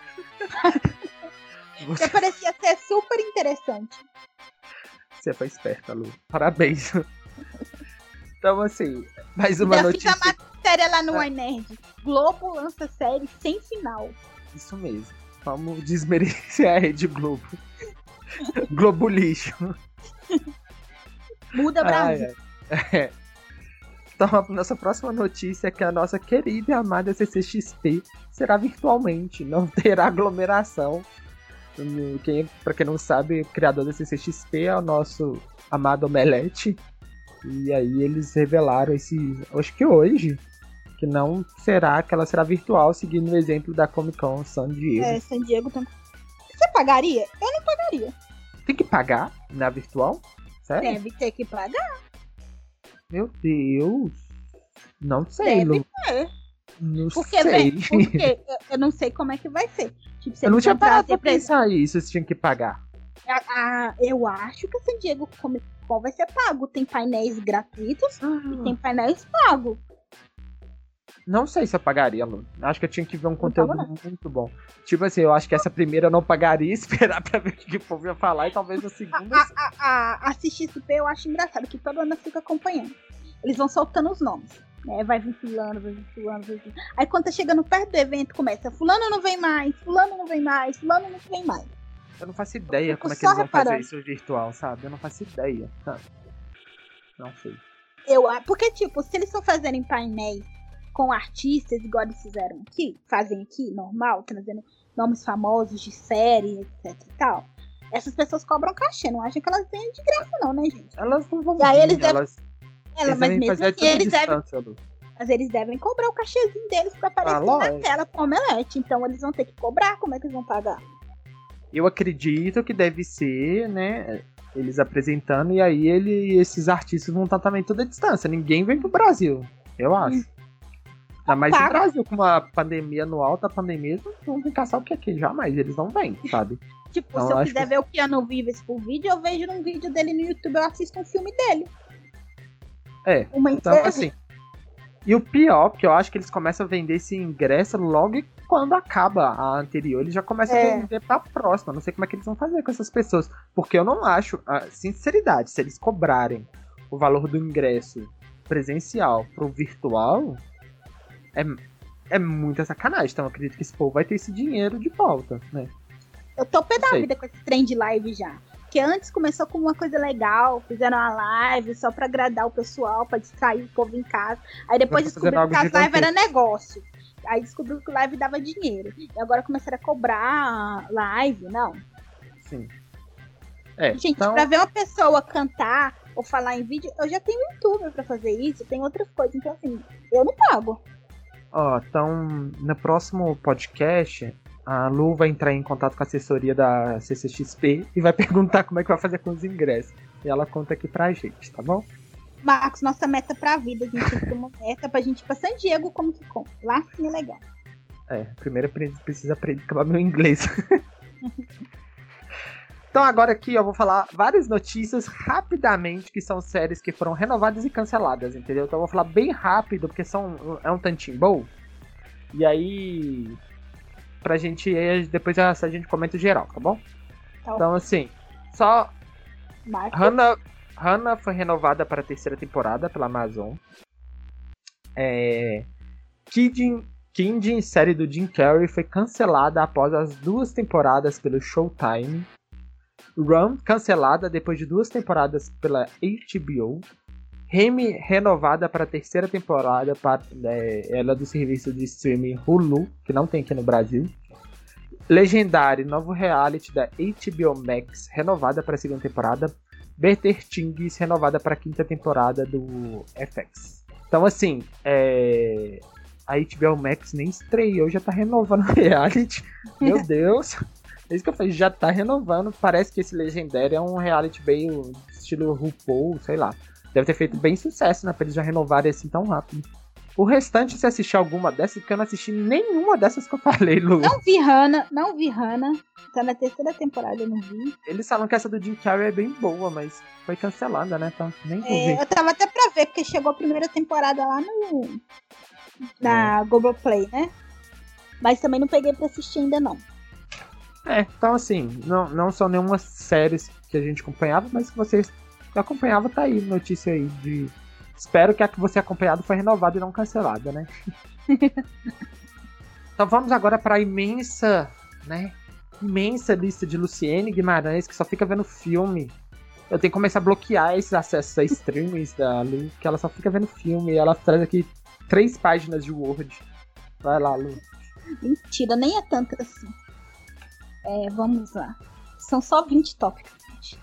Você... parecia ser super interessante. Você foi esperta, Lu. Parabéns. Então, assim, mais uma eu notícia. Fiz a matéria lá no iNerd. Globo lança série sem final. Isso mesmo. Vamos desmerecer a Rede Globo. Globo lixo. Muda Brasil. Ah, é. É. Então, a nossa próxima notícia é que a nossa querida e amada C C X P será virtualmente, não terá aglomeração. Quem, pra quem não sabe, o criador da C C X P é o nosso amado Omelete. E aí eles revelaram esse, acho que hoje, que não será, que ela será virtual, seguindo o exemplo da Comic Con San Diego. É, San Diego tem... Você pagaria? Eu não pagaria. Tem que pagar na virtual? Sério? Deve ter que pagar. Meu Deus. Não sei, Deve Lu. ter. Não Porque, sei. Vem, porque eu não sei como é que vai ser. Tipo, se eu não eles tinha vão parado trazer pra pensar isso, se tinha que pagar. A, a, eu acho que a San Diego Comic Con vai ser pago. Tem painéis gratuitos Ah. e tem painéis pagos. Não sei se eu pagaria, Lu. Acho que eu tinha que ver um Não conteúdo pago, não. muito bom. Tipo assim, eu acho que essa primeira eu não pagaria, esperar pra ver o que o povo ia falar, e talvez na segunda... A, a, a, a C X P eu acho engraçado, que todo ano fica acompanhando. Eles vão soltando os nomes. Né? Vai vir fulano, vai vir fulano, vai vir... Aí quando tá chegando perto do evento, começa fulano não vem mais, fulano não vem mais, fulano não vem mais. Eu não faço ideia Fico como é que só eles vão fazer reparando. isso virtual, sabe? Eu não faço ideia, sabe? Não sei. Eu, porque, tipo, se eles estão fazendo painéis com artistas, igual eles fizeram aqui, fazem aqui, normal, trazendo nomes famosos de série, etc e tal, essas pessoas cobram cachê, não acham que elas ganham de graça não, né, gente? Elas não vão E aí vir, eles devem- elas, Ela, eles mas devem mesmo fazer assim, tudo à eles devem, distância, Lu. mas eles devem cobrar o cachezinho deles pra aparecer Ah, na lógico. tela com o Omelete, então eles vão ter que cobrar, como é que eles vão pagar? Eu acredito que deve ser, né, eles apresentando, e aí ele, esses artistas vão estar também tudo à distância. Ninguém vem pro Brasil, eu acho. Ainda mais no Paga. Brasil, com uma pandemia no alto, a pandemia, eles não vão vir caçar o que aqui, jamais, eles não vêm, sabe? Tipo, Então, se eu eu acho quiser que- ver o Keanu Reeves por vídeo, eu vejo num vídeo dele no YouTube, eu assisto um filme dele. É, Uma então entrevista. assim... E o pior, porque eu acho que eles começam a vender esse ingresso logo quando acaba a anterior. Eles já começam É. a vender pra próxima. Não sei como é que eles vão fazer com essas pessoas. Porque eu não acho, a sinceridade, se eles cobrarem o valor do ingresso presencial pro virtual, é, é muita sacanagem. Então eu acredito que esse povo vai ter esse dinheiro de volta, né? Eu tô pé da Sei. vida com esse trem de live já. Que antes começou com uma coisa legal, fizeram uma live só pra agradar o pessoal, pra distrair o povo em casa. Aí depois Mas tá fazendo descobriram que algo as lives era negócio. Aí descobriu que live dava dinheiro. E agora começaram a cobrar live, não. Sim. É, Gente, então, pra ver uma pessoa cantar ou falar em vídeo, eu já tenho um youtuber pra fazer isso, tem outras coisas. Então assim, eu não pago. ó, então, no próximo podcast, a Lu vai entrar em contato com a assessoria da C C X P e vai perguntar como é que vai fazer com os ingressos. E ela conta aqui pra gente, tá bom? Marcos, nossa meta pra vida, a gente tem que ter uma meta pra gente ir pra San Diego como que com. Lá sim é legal. É, primeiro eu pre- preciso aprender acabar meu inglês. Então agora aqui eu vou falar várias notícias rapidamente, que são séries que foram renovadas e canceladas, entendeu? Então eu vou falar bem rápido, porque são, é um tantinho bom. E aí, pra gente, aí depois a, a gente comenta o geral, tá bom? Tá. Então assim, só Marcos, Hannah, Hannah foi renovada para a terceira temporada pela Amazon. É, Kid, Kid, série do Jim Carrey, foi cancelada após as duas temporadas pelo Showtime. Run, cancelada depois de duas temporadas pela H B O. Remy, renovada para a terceira temporada, para, é, ela é do serviço de streaming Hulu, que não tem aqui no Brasil. Legendary, novo reality da H B O Max, renovada para a segunda temporada. Better Things, renovada para a quinta temporada do F X. Então, assim, é... a H B O Max nem estreou, já tá renovando o reality. Meu Deus! É isso que eu falei, já tá renovando. Parece que esse Legendary é um reality bem estilo RuPaul, sei lá. Deve ter feito bem sucesso, né? Pra eles já renovarem assim tão rápido. O restante, você assistiu alguma dessas? Porque eu não assisti nenhuma dessas que eu falei, Lu. não vi Hannah, não vi Hannah. Tá na terceira temporada, eu não vi. Eles falam que essa do Jim Carrey é bem boa, mas foi cancelada, né? Então, nem vou É, ver. eu tava até pra ver, porque chegou a primeira temporada lá no na Globoplay, né? Mas também não peguei pra assistir ainda, não. É, então assim, não, não são nenhuma séries que a gente acompanhava, mas que vocês acompanhavam, tá aí, notícia aí de Espero que a que você acompanhado foi renovada e não cancelada, né? Então vamos agora para a imensa, né? Imensa lista de Luciene Guimarães, que só fica vendo filme. Eu tenho que começar a bloquear esses acessos a streamings da Lu, que ela só fica vendo filme e ela traz aqui três páginas de Word. Vai lá, Lu. Mentira, nem é tanto assim. É, vamos lá. São só vinte tópicos, gente.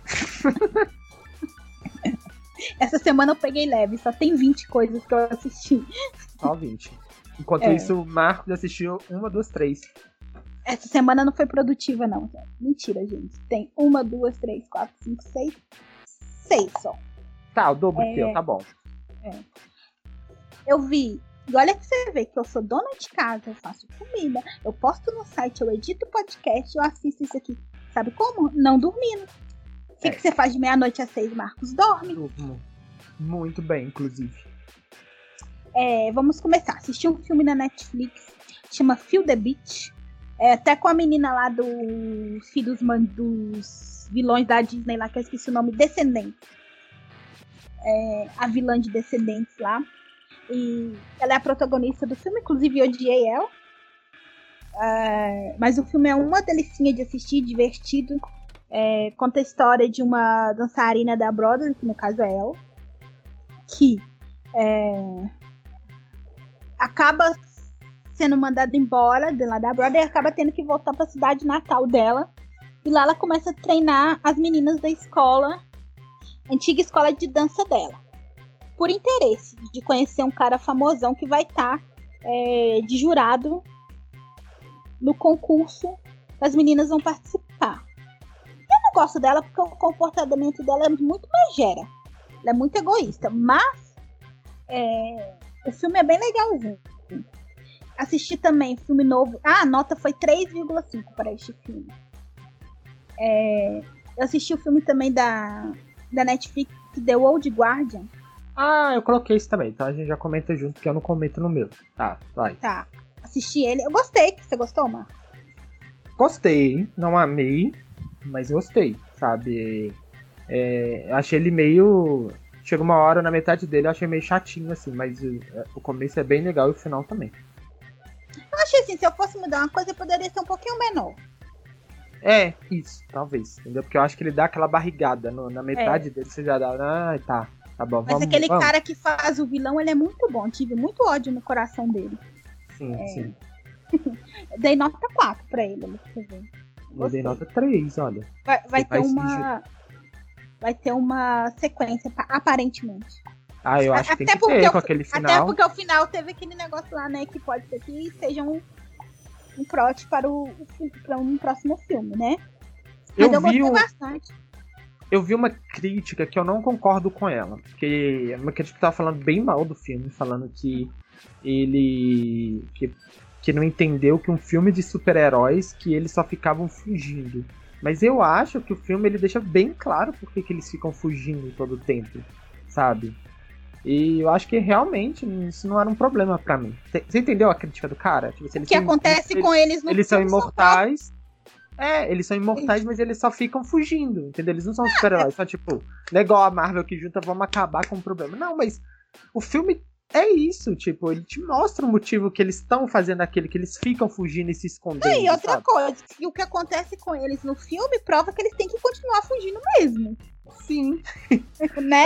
Essa semana eu peguei leve, só tem vinte coisas que eu assisti. Só vinte. Enquanto é. isso, o Marcos assistiu uma, duas, três. Essa semana não foi produtiva, não. Mentira, gente. Tem uma, duas, três, quatro, cinco, seis. Seis só. Tá, o dobro é... que eu, tá bom. É. Eu vi. E olha que você vê que eu sou dona de casa, eu faço comida, eu posto no site, eu edito podcast, eu assisto isso aqui. Sabe como? Não dormindo. O que, é. que você faz de meia-noite às seis, Marcos? Dorme. Durmo. Muito bem, inclusive. É, vamos começar. Assisti um filme na Netflix, chama Feel the Beat. É, até com a menina lá do filho dos, man, dos vilões da Disney lá, que eu esqueci o nome, Descendentes. É, a vilã de Descendentes lá. E ela é a protagonista do filme, inclusive eu odiei ela. É, mas o filme é uma delicinha de assistir, divertido. É, conta a história de uma dançarina da Broadway, que no caso é ela, que é, acaba sendo mandada embora de lá da Broadway e acaba tendo que voltar para a cidade natal dela. E lá ela começa a treinar as meninas da escola, antiga escola de dança dela, por interesse de conhecer um cara famosão que vai estar tá, é, de jurado no concurso que as meninas vão participar. Eu não gosto dela porque o comportamento dela é muito megera. Ela é muito egoísta, mas é, o filme é bem legalzinho. Assisti também filme novo. Ah, a nota foi três vírgula cinco para este filme. É, eu assisti o filme também da, da Netflix, The Old Guardian. Ah, eu coloquei isso também, então a gente já comenta junto, porque eu não comento no meu. Tá, vai. Tá, assisti ele. Eu gostei. Você gostou, Marcos? Gostei, não amei, mas gostei, sabe? É, achei ele meio... Chega uma hora, na metade dele, eu achei meio chatinho, assim, mas o, o começo é bem legal e o final também. Eu achei assim, se eu fosse mudar uma coisa, poderia ser um pouquinho menor. É, isso, talvez, entendeu? Porque eu acho que ele dá aquela barrigada no, na metade é. dele, você já dá... Ah, tá, tá bom, mas vamos... aquele vamos. cara que faz o vilão, ele é muito bom. Tive muito ódio no coração dele. Sim, é. sim. Dei nota quatro pra ele, você ver. Eu dei nota três, olha. Vai, vai ter uma... Vai ter uma sequência, aparentemente. Ah, eu acho até que tem que ter o, com aquele final. Até porque o final teve aquele negócio lá, né? Que pode ser que seja um, um plot para, o, para um próximo filme, né? Mas eu, eu gostei um, bastante. Eu vi uma crítica que eu não concordo com ela. Porque uma crítica que tava falando bem mal do filme, falando que ele... Que, que não entendeu que um filme de super-heróis que eles só ficavam fugindo. Mas eu acho que o filme ele deixa bem claro por que eles ficam fugindo todo o tempo, sabe? E eu acho que realmente isso não era um problema pra mim. Você entendeu a crítica do cara? Tipo, se o que acontece eles, com eles no Eles são imortais. É, eles são imortais, mas eles só ficam fugindo, entendeu? Eles não são super-heróis. Só tipo, não é igual a Marvel que junta, vamos acabar com o problema. Não, mas o filme é isso, tipo, ele te mostra o motivo que eles estão fazendo aquilo, que eles ficam fugindo e se escondendo. É, e outra sabe? coisa, e o que acontece com eles no filme prova que eles têm que continuar fugindo mesmo. Sim. Né?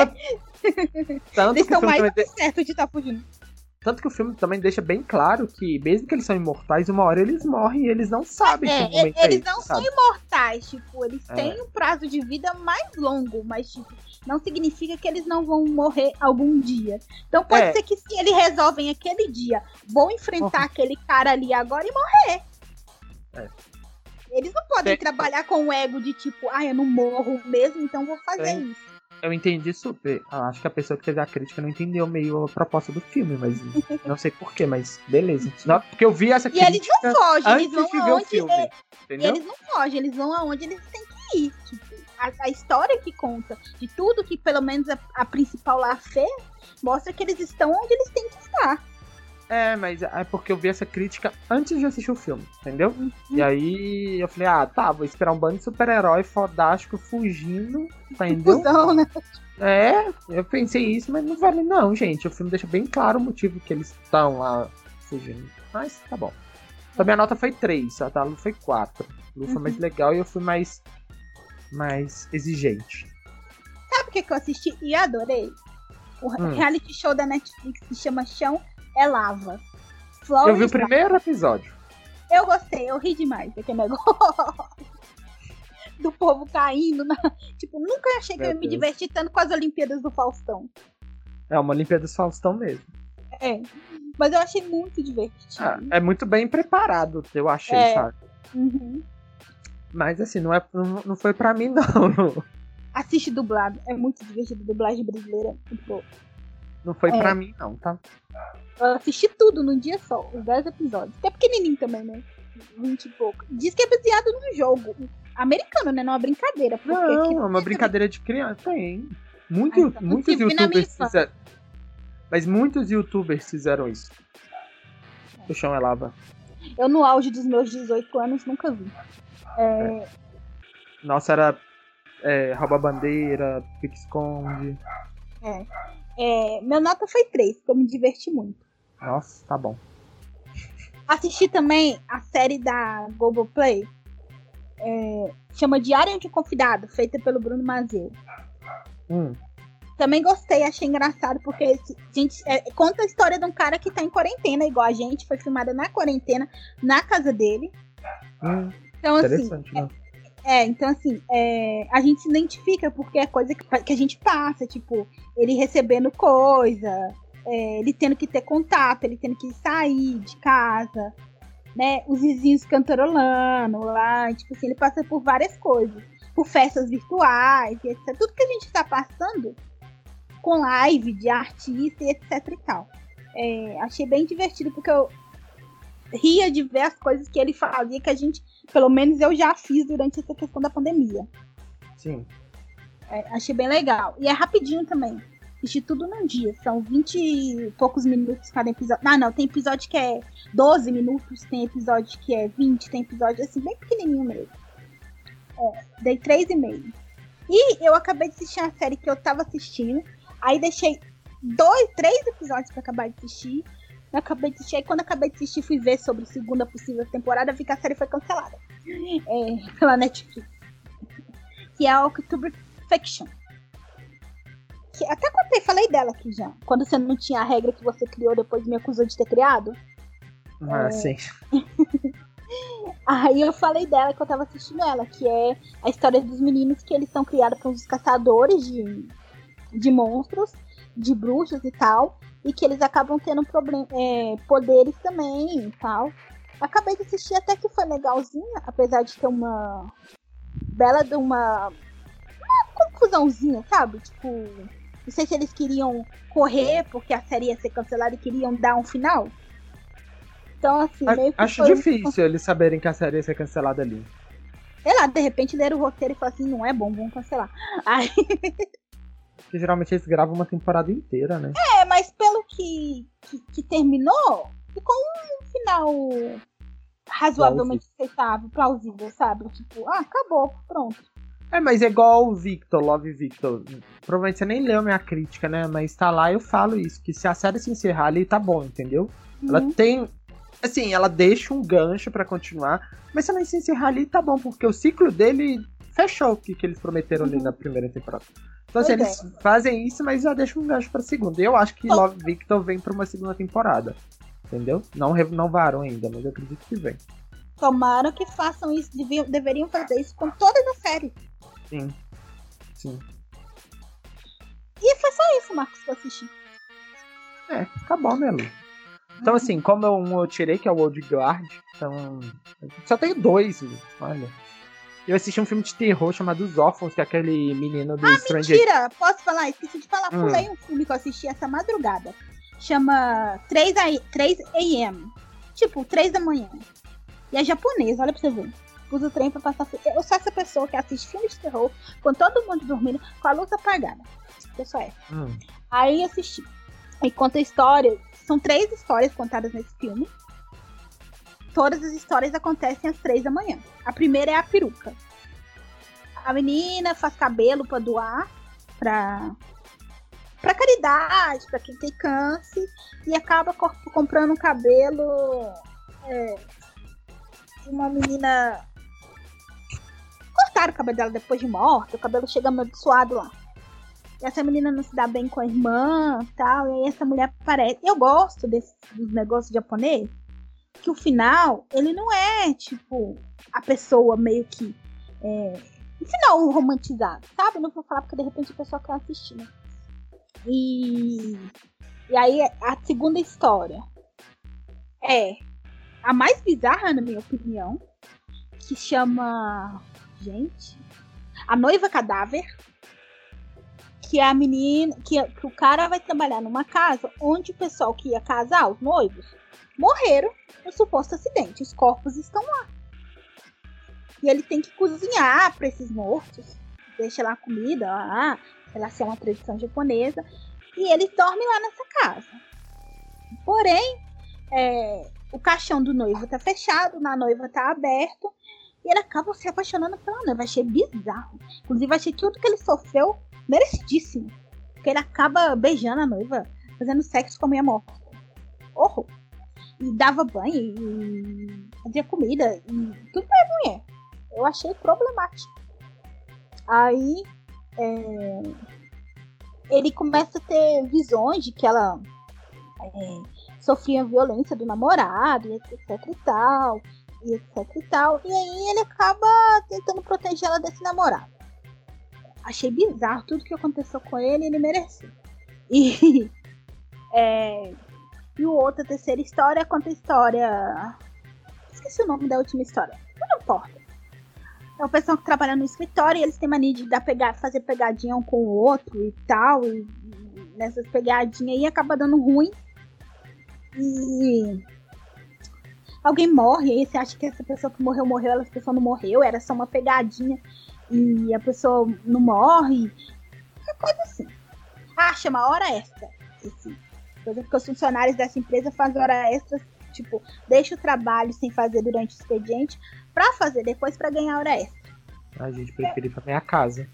Tanto eles estão mais de... certos de estar tá fugindo. Tanto que o filme também deixa bem claro que, mesmo que eles são imortais, uma hora eles morrem e eles não sabem é, que momento eles é não esse, são sabe? imortais, tipo, eles é. têm um prazo de vida mais longo, mas tipo, não significa que eles não vão morrer algum dia. Então pode é. ser que se eles resolvem aquele dia, vão enfrentar oh. aquele cara ali agora e morrer. É. Eles não podem Tem... trabalhar com o ego de tipo, ah, eu não morro mesmo, então vou fazer Tem... isso. Eu entendi super. Eu acho que a pessoa que fez a crítica não entendeu meio a proposta do filme, mas não sei porquê, mas beleza. Não, porque eu vi essa crítica. E eles não fogem, eles vão de ver aonde. O filme, é... entendeu? Eles não fogem, eles vão aonde eles têm que ir. Tipo, a, a história que conta de tudo que pelo menos a, a principal lá fez, mostra que eles estão onde eles têm que estar. É, mas é porque eu vi essa crítica antes de assistir o filme, entendeu? Uhum. E aí eu falei, ah, tá, vou esperar um bando de super-herói fodástico fugindo, entendeu? Fusão, né? É, eu pensei isso, mas não vale não, gente. O filme deixa bem claro o motivo que eles estão lá fugindo. Mas tá bom. Então minha nota foi três, a da Lu foi quatro. A Lu foi Uhum. mais legal e eu fui mais, mais exigente. Sabe o que, que eu assisti e adorei? O Hum. reality show da Netflix que se chama Chão é Lava. Eu Flores vi o primeiro episódio. Eu gostei, eu ri demais daquele negócio. Do povo caindo. Na... Tipo, nunca achei que Meu eu ia me Deus. divertir tanto com as Olimpíadas do Faustão. É uma Olimpíada do Faustão mesmo. É. Mas eu achei muito divertido. Ah, é muito bem preparado, eu achei, É. sabe? Uhum. Mas assim, não, é, não, não foi pra mim, não. Não, Assiste dublado. É muito divertido. Dublagem brasileira. Tipo, não foi É. pra mim, não, tá? eu assisti tudo num dia só. Os dez episódios. Que é pequenininho também, né? vinte e pouco. Diz que é baseado num jogo americano, né? Não é uma brincadeira. Porque Não, aqui é uma brincadeira de criança. Tem. Muito, Ah, então, muitos tipo, na minha youtubers infância. fizeram. Mas muitos youtubers fizeram isso. O chão é lava. Eu, no auge dos meus dezoito anos, nunca vi. É, Nossa, era é, rouba bandeira, pique esconde. é, é, meu nota foi três, porque eu me diverti muito. Nossa, tá bom. Assisti também a série da Globoplay, é, chama Diário de um Convidado, feita pelo Bruno Mazzeo. Hum, Também gostei, achei engraçado, porque gente, é, conta a história de um cara que tá em quarentena, igual a gente, foi filmada na quarentena, na casa dele. hum, Então, assim, interessante, né? É, então assim, é, a gente se identifica porque é coisa que, que a gente passa, tipo, ele recebendo coisa, é, ele tendo que ter contato, ele tendo que sair de casa, né, os vizinhos cantarolando lá, tipo assim, ele passa por várias coisas, por festas virtuais e etcétera. Tudo que a gente tá passando com live de artista e etc e tal. É, achei bem divertido porque eu ria de ver as coisas que ele fazia que a gente, pelo menos eu já fiz durante essa questão da pandemia. Sim. É, achei bem legal. E é rapidinho também. Assisti tudo num dia. São vinte e poucos minutos cada episódio. Ah, não. Tem episódio que é doze minutos, tem episódio que é vinte, tem episódio assim, bem pequenininho mesmo. É, dei três e meio. E eu acabei de assistir a série que eu tava assistindo. Aí deixei dois, três episódios pra acabar de assistir. Eu acabei de assistir, aí quando eu acabei de assistir, fui ver sobre a segunda possível temporada, vi que a série foi cancelada é, pela Netflix. Que é a October Fiction. Que até contei, falei dela aqui já. Quando você não tinha a regra que você criou, depois me acusou de ter criado. Ah, É. sim. Aí eu falei dela que eu tava assistindo ela, que é a história dos meninos que eles são criados por uns caçadores de, de monstros, de bruxas e tal. E que eles acabam tendo problem- é, poderes também e tal. Acabei de assistir, até que foi legalzinha, apesar de ter uma bela de uma, uma confusãozinha, sabe? Tipo, não sei se eles queriam correr porque a série ia ser cancelada e queriam dar um final. Então, assim, A- meio que Acho foi um- difícil eles saberem que a série ia ser cancelada ali. sei lá, de repente leram o roteiro e falaram assim, não é bom, vamos cancelar. Aí, Porque geralmente eles gravam uma temporada inteira, né? é, mas pelo que, que, que terminou, ficou um final razoavelmente aceitável, plausível, sabe? Tipo, ah, acabou, pronto. É, mas é igual o Victor, Love Victor. Provavelmente você nem leu minha crítica, né? Mas tá lá eu falo isso, que se a série se encerrar ali, tá bom, entendeu? Ela Uhum. tem... Assim, ela deixa um gancho pra continuar, mas se ela se encerrar ali, tá bom, porque o ciclo dele fechou o que, que eles prometeram ali Uhum. na primeira temporada. Então, assim, Pois eles fazem isso, mas já deixam um gancho pra segunda. E eu acho que Oh. Love Victor vem pra uma segunda temporada. Entendeu? Não renovaram ainda, mas eu acredito que vem. Tomaram que façam isso, deviam, deveriam fazer isso com todas as séries. Sim. Sim. E foi só isso, Marcos, que eu assisti. É, tá bom, né, Lu? Então, assim, como eu, um eu tirei, que é o Old Guard, então. Só tenho dois, Lu. Olha. Eu assisti um filme de terror chamado Os Órfãos, que é aquele menino do Stranger Mentira! Posso falar? Esqueci de falar. Hum. Pulei um filme que eu assisti essa madrugada. Chama três a m Tipo, três da manhã. E é japonês, olha pra você ver. Pus o trem pra passar. Eu sou essa pessoa que assiste filmes de terror com todo mundo dormindo, com a luz apagada. Eu sou essa. Hum. Aí assisti. E conta a história. São três histórias contadas nesse filme. Todas as histórias acontecem às três da manhã. A primeira é a peruca. A menina faz cabelo pra doar pra, pra caridade, pra quem tem câncer, e acaba co- comprando um cabelo é, de uma menina. Cortaram o cabelo dela depois de morta, o cabelo chega amaldiçoado lá. E essa menina não se dá bem com a irmã e tal, e aí essa mulher aparece. Eu gosto desse, dos negócios japoneses, que o final, ele não é, tipo, a pessoa meio que... É, um final romantizado, sabe? Não vou falar porque de repente a pessoa quer assistir, né? E, e aí a segunda história é a mais bizarra, na minha opinião, que chama... Gente... A Noiva Cadáver. Que é a menina... Que, que o cara vai trabalhar numa casa onde o pessoal que ia casar, os noivos, morreram no suposto acidente. Os corpos estão lá. E ele tem que cozinhar para esses mortos. Deixa lá a comida, lá, sei lá se é uma tradição japonesa. E ele dorme lá nessa casa. Porém, é, o caixão do noivo tá fechado, na noiva tá aberto. E ele acaba se apaixonando pela noiva. Achei bizarro. Inclusive, achei tudo que ele sofreu merecidíssimo. Porque ele acaba beijando a noiva, fazendo sexo com a minha morta. Horror. E dava banho, e fazia comida, e tudo pra mulher. Eu achei problemático. Aí, é, ele começa a ter visões de que ela é, sofria violência do namorado, e etc e tal, e etc e tal. E aí ele acaba tentando proteger ela desse namorado. Achei bizarro tudo que aconteceu com ele, ele mereceu. E... é... E o outro, a terceira história, conta a história... Esqueci o nome da última história. Não importa. É o pessoal que trabalha no escritório e eles têm mania de dar pegar, fazer pegadinha um com o outro e tal. E, e nessas pegadinhas aí acaba dando ruim. E... alguém morre, e aí você acha que essa pessoa que morreu, morreu, essa pessoa não morreu, era só uma pegadinha. E a pessoa não morre. É coisa assim. Ah, chama hora extra. Esse... Coisa porque os funcionários dessa empresa fazem hora extra, tipo, deixa o trabalho sem fazer durante o expediente pra fazer depois pra ganhar hora extra. A gente preferir ir pra minha casa.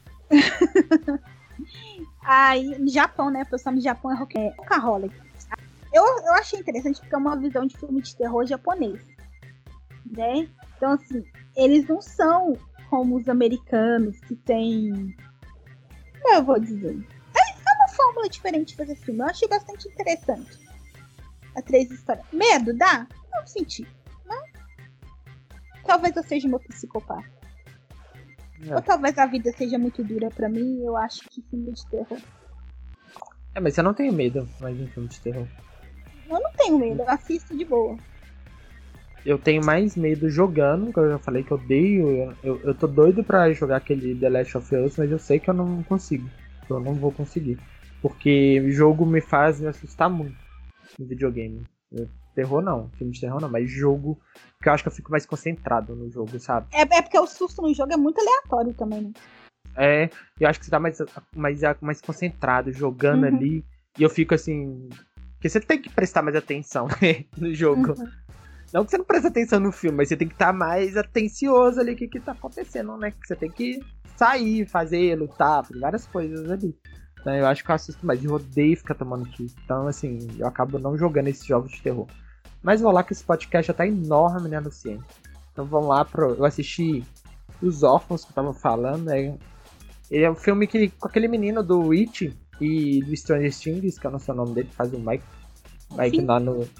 Aí, no Japão, né? A pessoa no Japão é rockaholic. Eu, eu achei interessante porque é uma visão de filme de terror japonês, né? Então, assim, eles não são como os americanos que tem... Como eu vou dizer? Fórmula diferente de fazer filme. Eu achei bastante interessante. As três histórias. Medo? Dá? Não senti. Não? Talvez eu seja uma psicopata. É. Ou talvez a vida seja muito dura pra mim e eu acho que filme de terror. É, mas você não tem medo mais em filme de terror? Eu não tenho medo, eu assisto de boa. Eu tenho mais medo jogando, que eu já falei que eu odeio. Eu, eu, eu tô doido pra jogar aquele The Last of Us, mas eu sei que eu não consigo. Eu não vou conseguir. Porque o jogo me faz me assustar muito no videogame. Terror não, filme de terror não, mas jogo, que eu acho que eu fico mais concentrado no jogo, sabe? É, é porque o susto no jogo é muito aleatório também, né? É, eu acho que você tá mais, mais, mais concentrado jogando uhum. ali, e eu fico assim... Porque você tem que prestar mais atenção no jogo. Uhum. Não que você não preste atenção no filme, mas você tem que estar mais atencioso ali, o que que tá acontecendo, né? Que você tem que sair, fazer, lutar, fazer várias coisas ali. Então eu acho que eu assisto mais, eu odeio ficar tomando tiro. Então, assim, eu acabo não jogando esses jogos de terror. Mas vou lá que esse podcast já tá enorme, né, Luciene? Então vamos lá, pro... eu assisti Os Órfãos, que eu tava falando, né? Ele é um filme que, com aquele menino do It e do Stranger Things, que eu não sei o nome dele, faz o Mike. Mike lá no...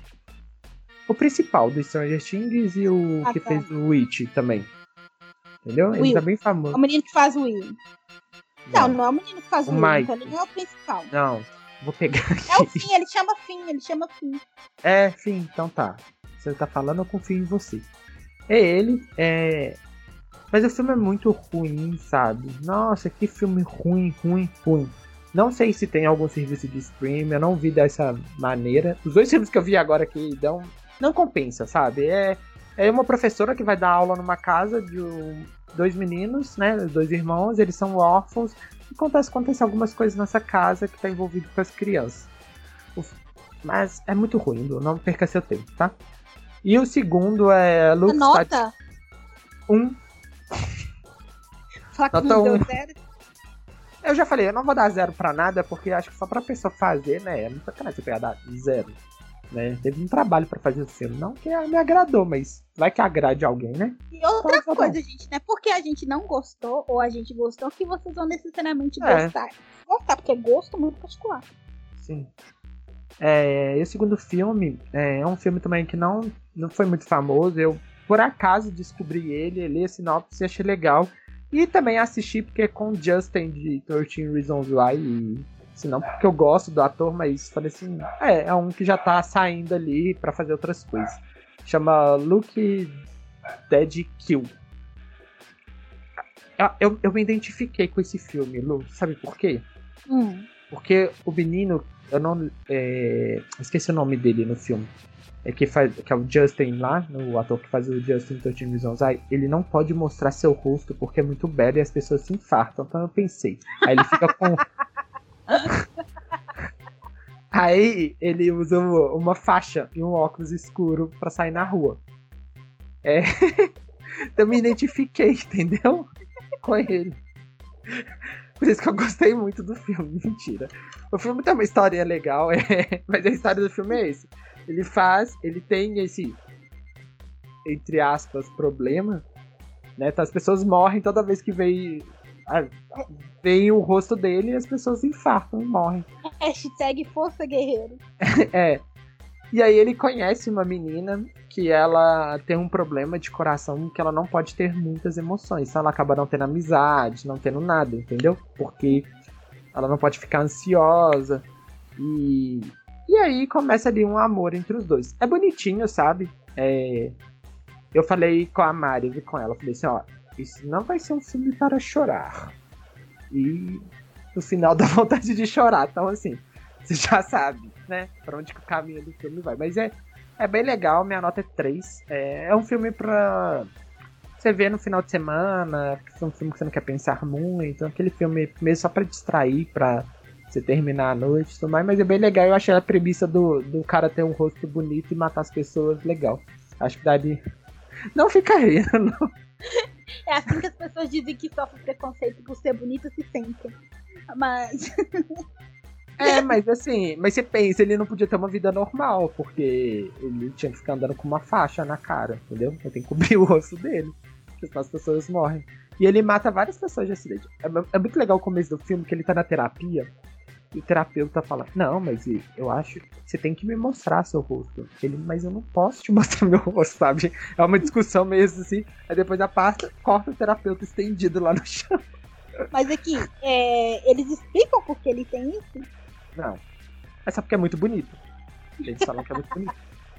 O principal do Stranger Things e o ah, que tá. fez o It também. Entendeu? Will. Ele tá bem famoso. É o menino que faz o Will. Não, não é o menino que faz o, o Will, então ele não é o principal. Não, vou pegar aqui. É o Finn, ele chama Finn, ele chama Finn. É, Finn, então tá. Você tá falando, eu confio em você. É ele, é... Mas o filme é muito ruim, sabe? Nossa, que filme ruim, ruim, ruim. Não sei se tem algum serviço de stream, eu não vi dessa maneira. Os dois filmes que eu vi agora aqui dão... Não compensa, sabe? É, é uma professora que vai dar aula numa casa de um... dois meninos, né, dois irmãos, eles são órfãos, e acontece, acontece algumas coisas nessa casa que tá envolvido com as crianças. Mas é muito ruim, Lu, não perca seu tempo, tá? E o segundo é Luke Nota? um. Fala que Nota não um. deu zero. Eu já falei, eu não vou dar zero pra nada, porque acho que só pra pessoa fazer, né? É muito sacanagem você pegar dar zero. Né? Teve um trabalho pra fazer o filme. Não que me agradou, mas vai que agrade alguém, né? E outra Então, tá coisa, bom. gente, não é porque a gente não gostou ou a gente gostou que vocês vão necessariamente É. gostar. Gostar, porque é gosto muito particular. Sim. É, e o segundo filme é, é um filme também que não, não foi muito famoso. Eu, por acaso, descobri ele, li a sinopse e achei legal. E também assisti porque é com o Justin de treze Reasons Why. E, assim, não porque eu gosto do ator, mas falei assim, é, é um que já tá saindo ali pra fazer outras coisas. Chama Luke Dead Kill. Eu, eu, eu me identifiquei com esse filme, Lu. Sabe por quê? Hum. Porque o menino, eu não. É, esqueci o nome dele no filme. É que, faz, que é o Justin lá, o ator que faz o Justin treze Reasons Why. Ele não pode mostrar seu rosto porque é muito belo e as pessoas se infartam. Então eu pensei. Aí ele fica com. Aí ele usa uma faixa e um óculos escuro pra sair na rua. É. Eu me identifiquei, entendeu? Com ele. Por isso que eu gostei muito do filme. Mentira. O filme tem uma história legal, é... mas a história do filme é esse. Ele faz, ele tem esse, entre aspas, problema, né? Então as pessoas morrem toda vez que vem, vem o rosto dele e as pessoas infartam e morrem. Hashtag Força Guerreiro. É. E aí ele conhece uma menina que ela tem um problema de coração que ela não pode ter muitas emoções. Então ela acaba não tendo amizade, não tendo nada, entendeu? Porque ela não pode ficar ansiosa. E, e aí começa ali um amor entre os dois. É bonitinho, sabe? É... Eu falei com a Mari, vi com ela, falei assim, ó, isso não vai ser um filme para chorar. E no final dá vontade de chorar. Então assim, você já sabe, né? Pra onde que o caminho do filme vai. Mas é, é bem legal, minha nota é três. É, é um filme pra você ver no final de semana. É um filme que você não quer pensar muito. É aquele filme mesmo só pra distrair, pra você terminar a noite e tudo mais. Mas é bem legal. Eu achei a premissa do, do cara ter um rosto bonito e matar as pessoas legal. Acho que daria. Não fica rindo, não. É assim que as pessoas dizem que sofrem preconceito por ser bonita se sentem. Mas. É, mas assim, mas você pensa, ele não podia ter uma vida normal, porque ele tinha que ficar andando com uma faixa na cara, entendeu? Ele tem que cobrir o rosto dele, porque senão as pessoas morrem. E ele mata várias pessoas de acidente. É, é muito legal o começo do filme, que ele tá na terapia, e o terapeuta fala, não, mas eu acho que você tem que me mostrar seu rosto. Ele, mas eu não posso te mostrar meu rosto, sabe? É uma discussão mesmo assim, aí depois a pasta corta o terapeuta estendido lá no chão. Mas aqui, é, eles explicam por que ele tem isso? Não. É só porque é muito bonito. Eles falam que é muito bonito.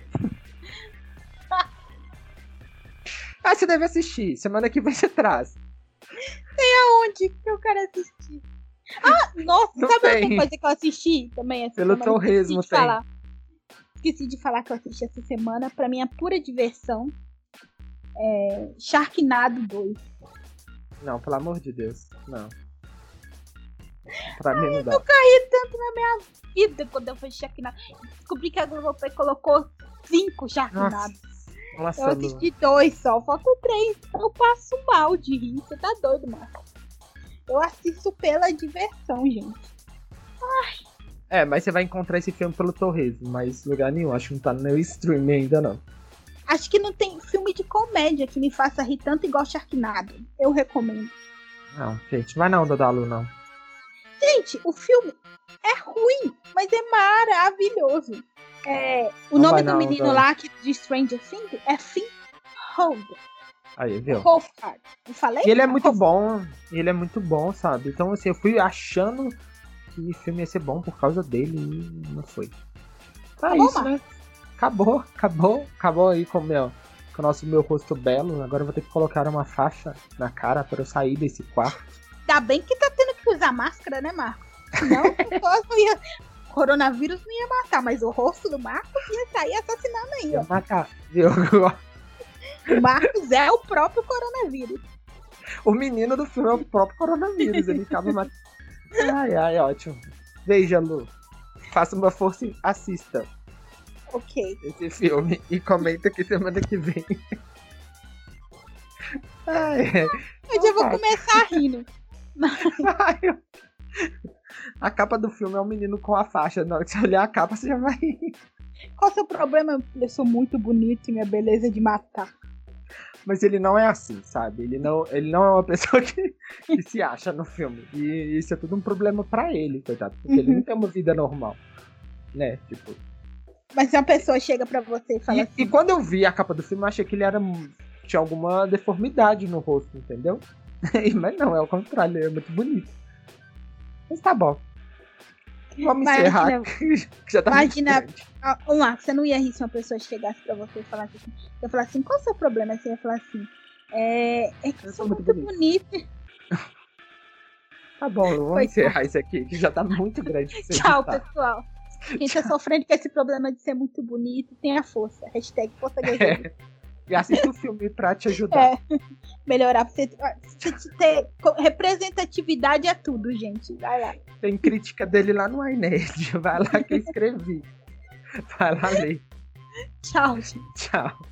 Ah, você deve assistir. Semana que vem você traz. Tem aonde que eu quero assistir? Ah, nossa, Não sabe tem. outra coisa que eu assisti também essa Pelo semana? torresmo Esqueci de tem. falar. Esqueci de falar que eu assisti essa semana. Pra minha pura diversão. É Sharknado dois. Não, pelo amor de Deus. Não. Pra mim não dá. Eu caí tanto na minha vida quando eu fui Sharknado. Descobri que a Globoplay colocou cinco Sharknados. Nossa, Eu Lu. assisti dois só, faltam três. Eu passo mal de rir. Você tá doido, Marco? Eu assisto pela diversão, gente. É, mas você vai encontrar esse filme pelo torresmo, mas lugar nenhum. Acho que não tá no meu stream ainda, não. Acho que não tem filme de comédia que me faça rir tanto igual Sharknado. Eu recomendo. Não, gente, vai não, Dodalu, não. Gente, o filme é ruim, mas é maravilhoso. É, o Não nome vai do não, menino Dó. lá que, de Stranger Things é Finn Wolfhard. Aí, viu? Wolfhard. Eu falei? E ele é muito Wolf- bom, e ele é muito bom, sabe? Então, assim, eu fui achando que o filme ia ser bom por causa dele e não foi. Tá Acabou, isso, né? Acabou, acabou, acabou aí com o meu, com o nosso meu rosto belo. Agora eu vou ter que colocar uma faixa na cara para eu sair desse quarto. Ainda bem que tá tendo que usar máscara, né, Marcos? Senão o pessoal não ia... coronavírus não ia matar, mas o rosto do Marcos ia sair assassinando aí, ó. Matar, viu? O Marcos é o próprio coronavírus. O menino do filme é o próprio coronavírus, ele acaba matando. Ai, ai, ótimo. Veja, Lu. faça uma força e assista Ok. esse filme e comenta aqui semana que vem. Ai, Eu já vou começar rindo. vai. A capa do filme é um menino com a faixa. Na hora que você olhar a capa, você já vai rir. Qual o seu problema? Eu sou muito bonito e minha beleza é de matar. Mas ele não é assim, sabe? Ele não, ele não é uma pessoa que, que se acha no filme. E isso é tudo um problema pra ele, coitado. Porque uhum. ele não tem uma vida normal. Né? Tipo. Mas se uma pessoa chega pra você e fala e, assim... E quando eu vi a capa do filme, eu achei que ele era... Tinha alguma deformidade no rosto, entendeu? Mas não, é o contrário. Ele é muito bonito. Mas tá bom. Vamos Imagina, encerrar, que já tá imagina, muito grande. Um lá, você não ia rir se uma pessoa chegasse pra você e falasse assim, eu falar assim, qual é o seu problema? Aí você ia falar assim, é, é que eu sou muito bonita. Bonito. Tá bom, vamos Foi encerrar bom. Isso aqui, que já tá muito grande. Tchau, editar. Pessoal. Quem Tchau. Tá sofrendo com esse problema de ser muito bonito, tenha força. Hashtag força guerreira. É. E assista o filme pra te ajudar. É. Melhorar, pra você, você ter representatividade é tudo, gente. Vai lá. Tem crítica dele lá no iNerd. Vai lá que eu escrevi. Vai lá ler. Tchau, gente. Tchau.